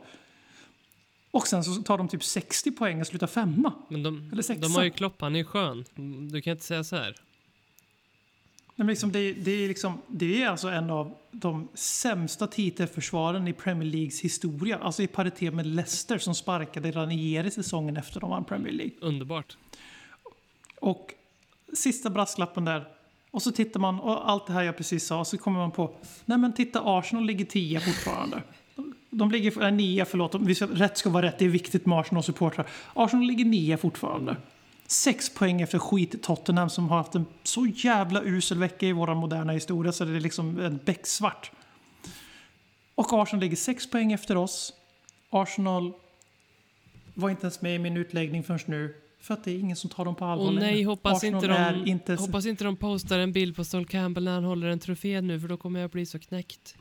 Och sen så tar de typ sextio poäng och slutar femma. Men de, eller sexa. De har ju Klopp, han är ju skön. Du kan inte säga så här. Men liksom det, det, är liksom, det är alltså en av de sämsta titelförsvaren i Premier Leagues historia. Alltså i paritet med Leicester som sparkade Ranieri säsongen efter de vann Premier League. Underbart. Och sista brasklappen där. Och så tittar man, och allt det här jag precis sa, och så kommer man på, nej men titta, Arsenal ligger tio fortfarande. De ligger, äh, nio, förlåt, vi ska, rätt ska vara rätt, det är viktigt med Arsenal-supportrar. Arsenal ligger nio fortfarande. Sex poäng efter skit Tottenham som har haft en så jävla usel vecka i våra moderna historia, så det är liksom en becksvart. Och Arsenal ligger sex poäng efter oss. Arsenal var inte ens med i min utläggning förrän nu, för att det är ingen som tar dem på allvar. Och nej, hoppas inte, de, inte... hoppas inte de postar en bild på Sol Campbell när han håller en trofé nu, för då kommer jag bli så knäckt.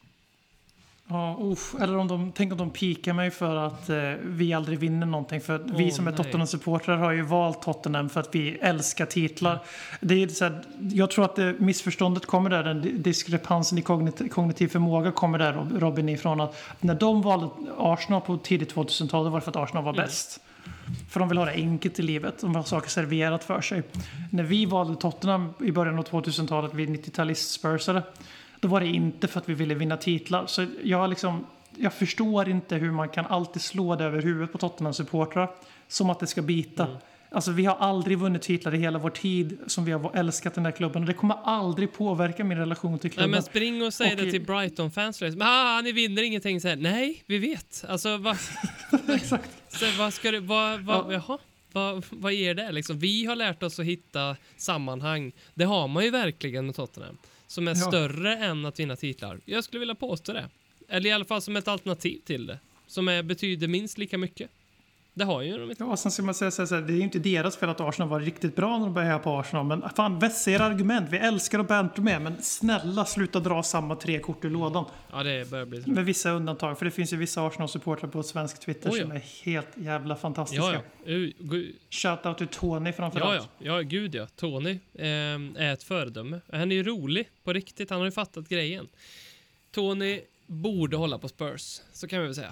Ja, uff. Eller om de, tänk om de pikar mig för att eh, vi aldrig vinner någonting. För oh, vi som är Tottenham-supportrar har ju valt Tottenham för att vi älskar titlar. Det är så här, jag tror att det, missförståndet kommer där, den diskrepansen i kognit, kognitiv förmåga kommer där, Robin, ifrån att när de valde Arsenal på tidigt tvåtusental, det var för att Arsenal var mm. bäst. För de vill ha det enkelt i livet. De vill ha saker serverat för sig. När vi valde Tottenham i början av tvåtusentalet, vid nittiotalist-spursare, då var det inte för att vi ville vinna titlar. Så jag, liksom, jag förstår inte hur man kan alltid slå det över huvudet på Tottenham-supportrar som att det ska bita. Mm. Alltså, vi har aldrig vunnit titlar i hela vår tid som vi har älskat den där klubben. Och det kommer aldrig påverka min relation till klubben. Nej, men spring och säg och det till Brighton-fans. Men ah, ni vinner ingenting. Så här, nej, vi vet. Alltså, vad... Exakt. Så, vad ska det... Vad, vad, ja. Jaha, vad, vad är det? Liksom, vi har lärt oss att hitta sammanhang. Det har man ju verkligen med Tottenham. Som är ja. större än att vinna titlar. Jag skulle vilja påstå det. Eller i alla fall som ett alternativ till det. Som är, betyder minst lika mycket. Det har ju de inte. Ja, sen ska man säga så här, det är ju inte deras fel att Arsenal var riktigt bra när de började här på Arsenal. Men fan, vässa era argument. Vi älskar att bantra med, men snälla sluta dra samma tre kort i lådan. Ja, det börjar bli så. Med vissa undantag, för det finns ju vissa Arsenal-supportrar på svensk Twitter oh, ja. som är helt jävla fantastiska. Ja, ja. Uh, gu- Shoutout till Tony framförallt. Ja, ja. Ja, gud ja. Tony eh, är ett föredöme. Han är ju rolig på riktigt. Han har ju fattat grejen. Tony borde hålla på Spurs, så kan vi väl säga.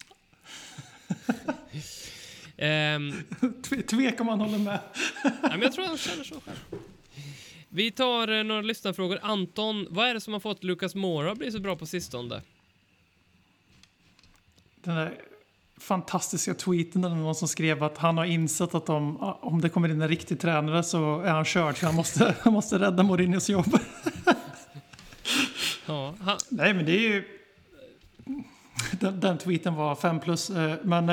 um, Tvek om man håller med. Nej, men jag tror han känner så själv. Vi tar eh, några lyssnarfrågor. Anton, vad är det som har fått Lucas Moura att bli så bra på sistone? Den där fantastiska tweeten där någon som skrev att han har insett att om, om det kommer in en riktig tränare så är han körd. Så han måste, han måste rädda Mourinhos jobb. Ja, han... Nej, men det är ju... Den, den tweeten var fem plus. Men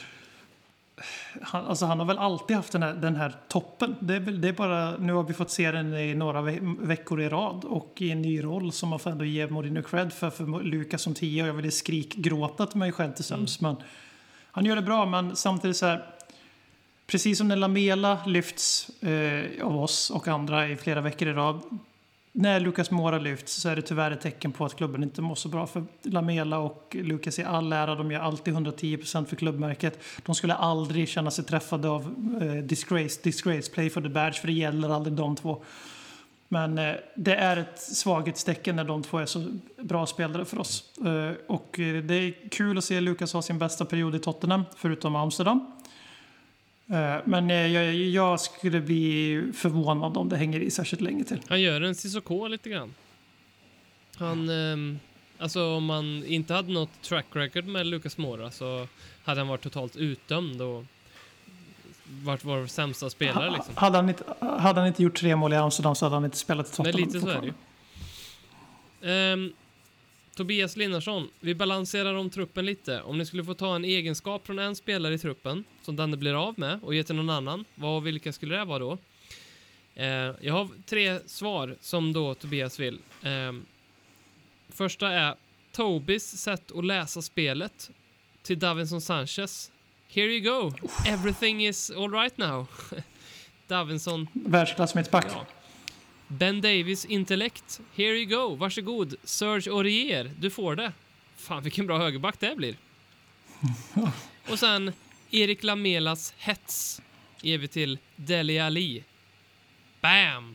han, alltså han har väl alltid haft den här, den här toppen. Det är, det är bara, nu har vi fått se den i några ve- veckor i rad. Och i en ny roll som man får ändå ge Mourinho cred för, för Lucas som tio. Och jag ville skrikgråta till mig själv till söms. Mm. Men han gör det bra, men samtidigt så här... Precis som när Lamela lyfts eh, av oss och andra i flera veckor i rad... När Lucas Moura lyfts så är det tyvärr ett tecken på att klubben inte mår så bra. För Lamela och Lucas är all ära. De gör alltid hundratio procent för klubbmärket. De skulle aldrig känna sig träffade av eh, disgrace, disgrace, play for the badge. För det gäller aldrig de två. Men eh, det är ett svaghetstecken när de två är så bra spelare för oss. Eh, och eh, det är kul att se Lucas ha sin bästa period i Tottenham. Förutom Amsterdam. Men jag, jag skulle bli förvånad om det hänger i särskilt länge till. Han gör en Sissoko lite grann. Han, eh, alltså om man inte hade något track record med Lucas Moura så hade han varit totalt utdömd och varit vår sämsta spelare. Liksom. Hade, han inte, hade han inte gjort tre mål i Amsterdam så hade han inte spelat i Tottenham. Nej, lite så är det ju. Um, Tobias Linnarsson, vi balanserar om truppen lite. Om ni skulle få ta en egenskap från en spelare i truppen som den blir av med och ge till någon annan, vad och vilka skulle det vara då? Uh, jag har tre svar som då Tobias vill. Uh, första är Tobis sätt att läsa spelet till Davinson Sanchez. Here you go. Everything is all right now. Davinson. Världsklass mittback. Ja. Ben Davis intellekt. Here you go. Varsågod. Serge Aurier. Du får det. Fan, vilken bra högerback det blir. Och sen Erik Lamelas hets ger vi till Dele Alli. Bam!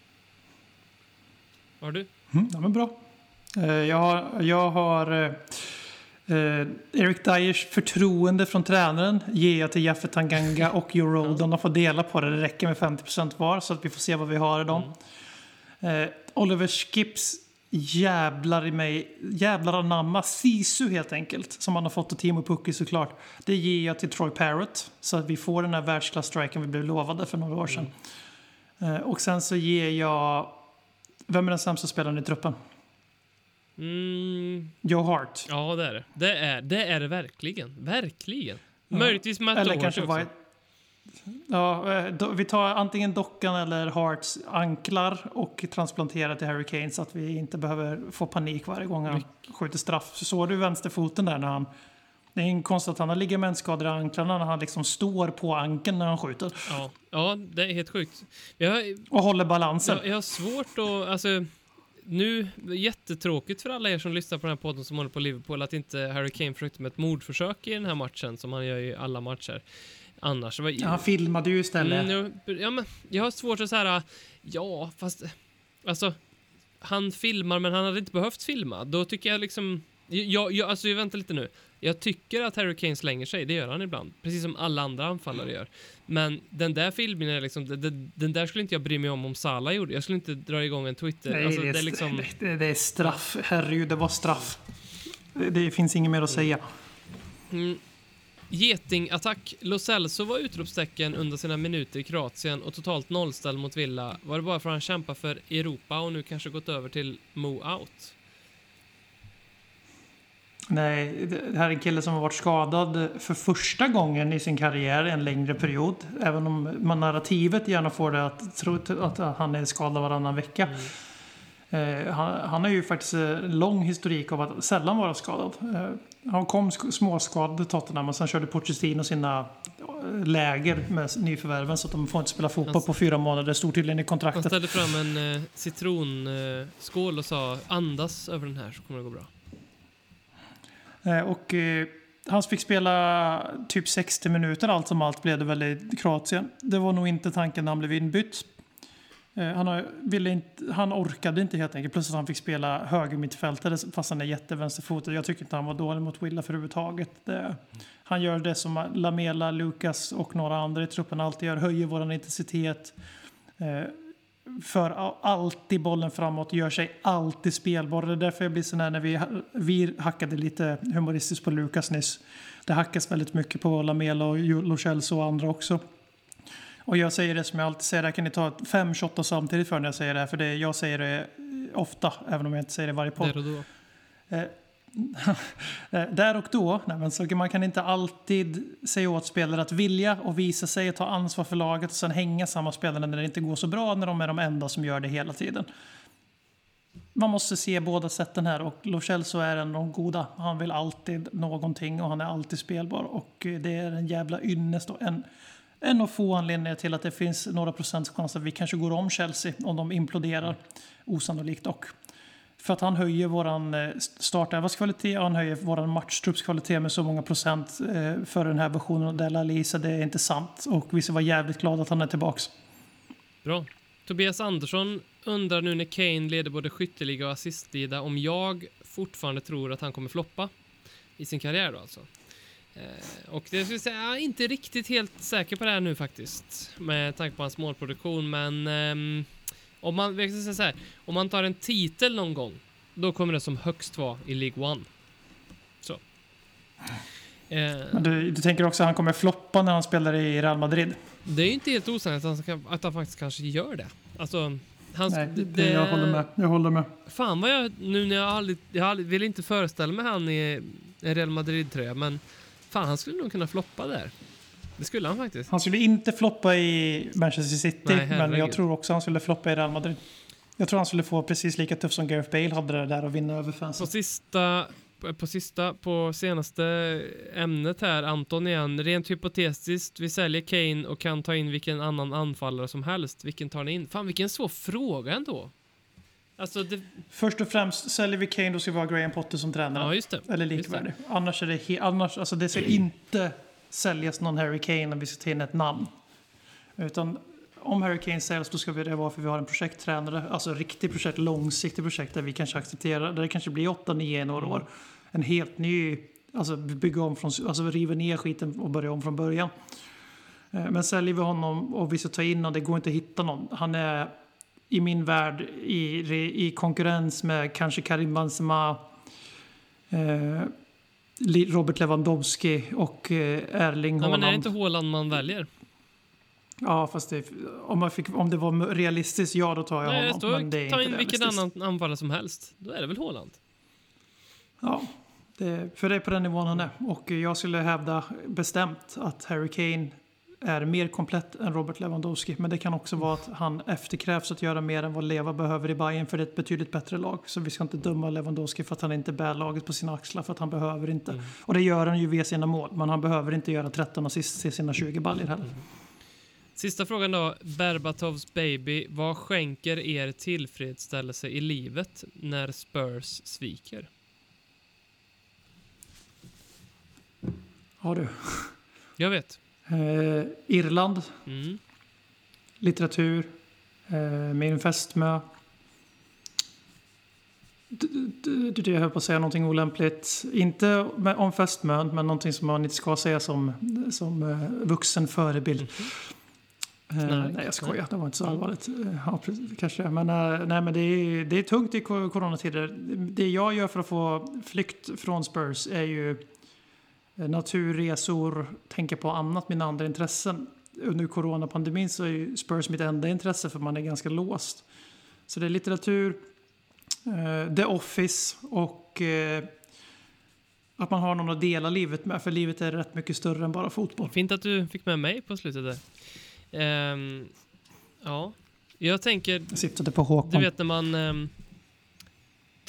Vad har du? Mm, ja, men bra. Uh, jag har... Jag har uh... Uh, Eric Dyers förtroende från tränaren ger jag till Jaffe Tanganga och Joe Rodon. De får dela på det. Det räcker med femtio procent var så att vi får se vad vi har i dem. Mm. Uh, Oliver Skips jävlar i mig. Jävlar anamma. Sisu helt enkelt. Som han har fått av Timo Pukki såklart. Det ger jag till Troy Parrott. Så att vi får den här världsklass-striken vi blev lovade för några år sedan. Mm. Uh, och sen så ger jag... Vem är den sämsta spelaren i truppen? Mm. Joe Hart. Ja, det är det. Det är det, är det verkligen. Verkligen. Ja. Möjligtvis Matt eller Doherty kanske också. Var... Ja, do, vi tar antingen dockan eller Harts anklar och transplanterar till Harry Kane så att vi inte behöver få panik varje gång han My... skjuter straff. Så såg du vänsterfoten där när han... Det är en konst att han har ligamentskador i anklarna när han liksom står på ankeln när han skjuter. Ja, ja det är helt sjukt. Jag, och håller balansen. Jag, jag har svårt att... Alltså, nu, jättetråkigt för alla er som lyssnar på den här podden som håller på Liverpool att inte Harry Kane försökte med ett mordförsök i den här matchen som han gör i alla matcher. Annars var ja, han filmade ju istället. Mm, ja, men jag har svårt att säga ja, fast alltså han filmar men han hade inte behövt filma. Då tycker jag liksom jag, jag, alltså jag väntar lite nu. Jag tycker att Harry Kane slänger sig, det gör han ibland. Precis som alla andra anfallare gör. Men den där filmen är liksom, den, den där skulle inte jag bry mig om om Salah gjorde. Jag skulle inte dra igång en Twitter. Nej, alltså, det, är, det, är liksom... det, det är straff. Herregud, det var straff. Det, det finns inget mer att säga. Mm. Getingattack. Lo Celso var utropstecken under sina minuter i Kroatien och totalt nollställ mot Villa. Var det bara för att han kämpar för Europa och nu kanske gått över till Mo out? Nej, det här är en kille som har varit skadad för första gången i sin karriär en längre period. Även om man narrativet gärna får det att tro att han är skadad varannan vecka. Eh, han, han har ju faktiskt en lång historik av att sällan vara skadad. Eh, han kom sk- småskadad i Tottenham och sen körde Pochettino sina läger med nyförvärven så att de får inte spela fotboll han, på fyra månader. Det stod tydligen i kontraktet. Han ställde fram en eh, citronskål eh, och sa andas över den här så kommer det gå bra. Eh, och eh, han fick spela typ sextio minuter allt som allt blev det väl i Kroatien. Det var nog inte tanken när han blev inbytt. Eh, han, har, ville inte, han orkade inte helt enkelt. Plus att han fick spela höger mittfältare fast han är jättevänsterfotad. Jag tycker inte han var dålig mot Villa för överhuvudtaget. Det, han gör det som Lamela, Lucas och några andra i truppen alltid gör. Höjer våran intensitet. Eh, för alltid bollen framåt. Gör sig alltid spelbar. Det är därför jag blir sån här när vi, vi hackade lite humoristiskt på Lucas nyss. Det hackas väldigt mycket på Lamela och Lo Celso och andra också. Och jag säger det som jag alltid säger. Där kan ni ta fem shottar samtidigt för när jag säger det här. För det, jag säger det ofta. Även om jag inte säger det varje podd. Där och då. Eh, där och då. Nej, men så man kan inte alltid säga åt spelare att vilja och visa sig och ta ansvar för laget. Och sen hänga samma spelare när det inte går så bra. När de är de enda som gör det hela tiden. Man måste se båda sätten här. Och Lo Celso är en av de goda. Han vill alltid någonting. Och han är alltid spelbar. Och det är en jävla ynnest. Och en... En av få anledningar till att det finns några procents chans att vi kanske går om Chelsea om de imploderar. Osannolikt dock. För att han höjer våran startelvas kvalitet och han höjer våran matchtruppskvalitet med så många procent för den här versionen av Della Lisa. Det är inte sant. Och vi ska vara jävligt glada att han är tillbaks. Bra. Tobias Andersson undrar nu när Kane leder både skytteliga och assistliga om jag fortfarande tror att han kommer floppa i sin karriär då alltså. Eh, och det skulle säga, jag är inte riktigt helt säker på det här nu faktiskt med tanke på hans målproduktion, men eh, om man jag ska säga så här, om man tar en titel någon gång då kommer det som högst vara i League One. Så. Eh, men du, du tänker också att han kommer floppa när han spelar i Real Madrid? Det är ju inte helt osannolikt att han, att han faktiskt kanske gör det. Alltså hans, Nej, det, det, jag håller med. Jag håller med. Fan vad jag nu när jag aldrig, jag aldrig, vill inte föreställa mig han i en Real Madrid-tröja, men fan, han skulle nog kunna floppa där. Det skulle han faktiskt. Han skulle inte floppa i Manchester City. Nej, men jag tror också han skulle floppa i Real Madrid. Jag tror han skulle få precis lika tufft som Gareth Bale hade det där och vinna över fansen. På sista, på sista, på senaste ämnet här, Anton igen. Rent hypotetiskt, vi säljer Kane och kan ta in vilken annan anfallare som helst. Vilken tar ni in? Fan, vilken svår fråga ändå. Alltså det... Först och främst säljer vi Kane, då ska vi ha Graham Potter som tränare. Ja, just det. Eller likvärdig. Annars är det he- annars, alltså det ska inte säljas någon Harry Kane om vi ska ta in ett namn. Utan om Harry Kane säljs, då ska vi det vara för vi har en projekttränare. Alltså riktigt projekt, långsiktigt projekt där vi kanske accepterar. Där det kanske blir åtta nio några år. En helt ny, alltså bygga om från, alltså riva ner skiten och börja om från början. Men säljer vi honom och vi ska ta in och det går inte att hitta någon. Han är i min värld i, i konkurrens med kanske Karim Benzema, eh, Robert Lewandowski och eh, Erling Haaland. Ja, men är det inte Haaland man väljer? Ja, fast det, om, man fick, om det var realistiskt, ja då tar jag Nej, honom. Står, men det är ta inte in vilken annan anfallare som helst. Då är det väl Haaland? Ja, det, för det är på den nivån han är. Och jag skulle hävda bestämt att Harry Kane är mer komplett än Robert Lewandowski. Men det kan också vara att han efterkrävs att göra mer än vad Leva behöver i Bayern, för det är ett betydligt bättre lag. Så vi ska inte döma Lewandowski för att han inte bär laget på sina axlar, för att han behöver inte. Mm. Och det gör han ju via sina mål, men han behöver inte göra tretton assist till sina tjugo baller heller. Mm. Sista frågan då, Berbatovs baby. Vad skänker er tillfredsställelse i livet när Spurs sviker? Ja du. Jag vet. Eh, Irland. Mm. Litteratur. Eh, min fästmö. Du, jag höll på att säga någonting olämpligt. Inte med, om fästmön, men någonting som man inte ska säga som, som uh, vuxen förebild. Mm. Uh, nej, nej, jag skojar. Det var inte så allvarligt. Uh, ja, precis, kanske. Men, uh, nej, men det, är, det är tungt i coronatider. Det jag gör för att få flykt från Spurs är ju naturresor, tänka på annat, mina andra intressen. Under coronapandemin så är ju Spurs mitt enda intresse, för man är ganska låst. Så det är litteratur, uh, The Office och uh, att man har någon att dela livet med, för livet är rätt mycket större än bara fotboll. Fint att du fick med mig på slutet där. Um, ja, jag tänker... Jag siktade på Håkon. Du vet när man... Um,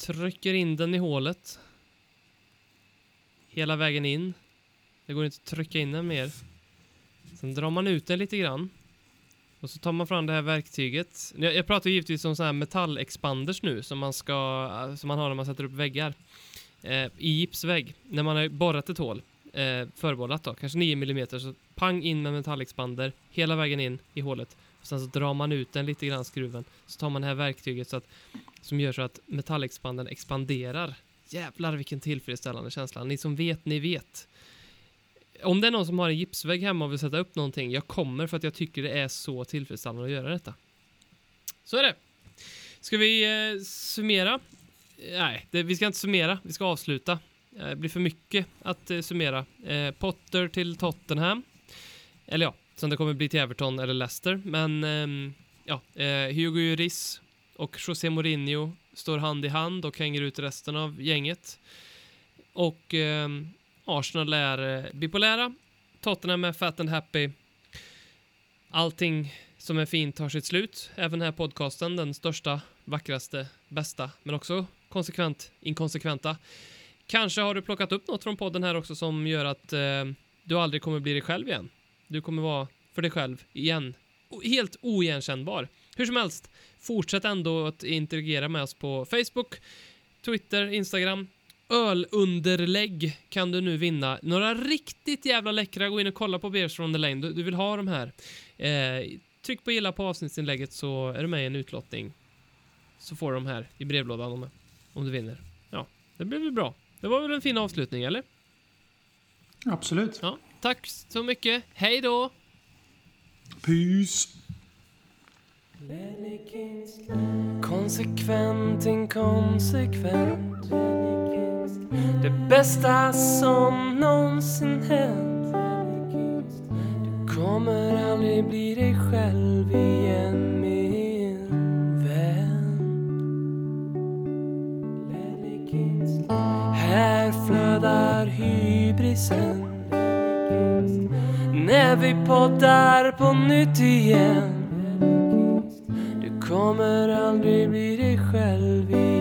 trycker in den i hålet. Hela vägen in. Det går inte att trycka in den mer. Sen drar man ut den lite grann. Och så tar man fram det här verktyget. Jag, jag pratar givetvis om så här metallexpanders nu som man ska som man har när man sätter upp väggar eh, i gipsvägg. När man har borrat ett hål, eh, förborrat då, kanske nio millimeter, så pang in med metallexpander hela vägen in i hålet. Och sen så drar man ut den lite grann, skruven. Så tar man det här verktyget så att, som gör så att metallexpandern expanderar. Jävlar vilken tillfredsställande känsla. Ni som vet, ni vet. Om det är någon som har en gipsvägg hemma och vill sätta upp någonting, jag kommer för att jag tycker det är så tillfredsställande att göra detta. Så är det. Ska vi eh, summera? Nej, det, vi ska inte summera. Vi ska avsluta. Det blir för mycket att eh, summera. Eh, Potter till Tottenham. Eller ja, som det kommer bli till Everton eller Leicester. Men eh, ja, eh, Hugo Lloris och José Mourinho står hand i hand och hänger ut resten av gänget. Och eh, Arsenal är eh, bipolära. Tottenham är fat and happy. Allting som är fint tar sitt slut. Även den här podcasten, den största, vackraste, bästa, men också konsekvent inkonsekventa. Kanske har du plockat upp något från podden här också som gör att eh, du aldrig kommer bli dig själv igen. Du kommer vara för dig själv igen. Helt oigenkännbar. Hur som helst, fortsätt ändå att interagera med oss på Facebook, Twitter, Instagram. Ölunderlägg kan du nu vinna. Några riktigt jävla läckra. Gå in och kolla på Beers from the Lane. Du, du vill ha de här. Eh, tryck på gilla på avsnittsinlägget så är du med i en utlottning. Så får du de här i brevlådan om, om du vinner. Ja, det blir väl bra. Det var väl en fin avslutning, eller? Absolut. Ja, tack så mycket. Hej då! Peace! Konsekvent, inkonsekvent. Det bästa som någonsin hänt. Du kommer aldrig bli dig själv igen, min vän. Här flödar hybrisen. När vi poddar på nytt igen. Du kommer aldrig bli dig själv igen.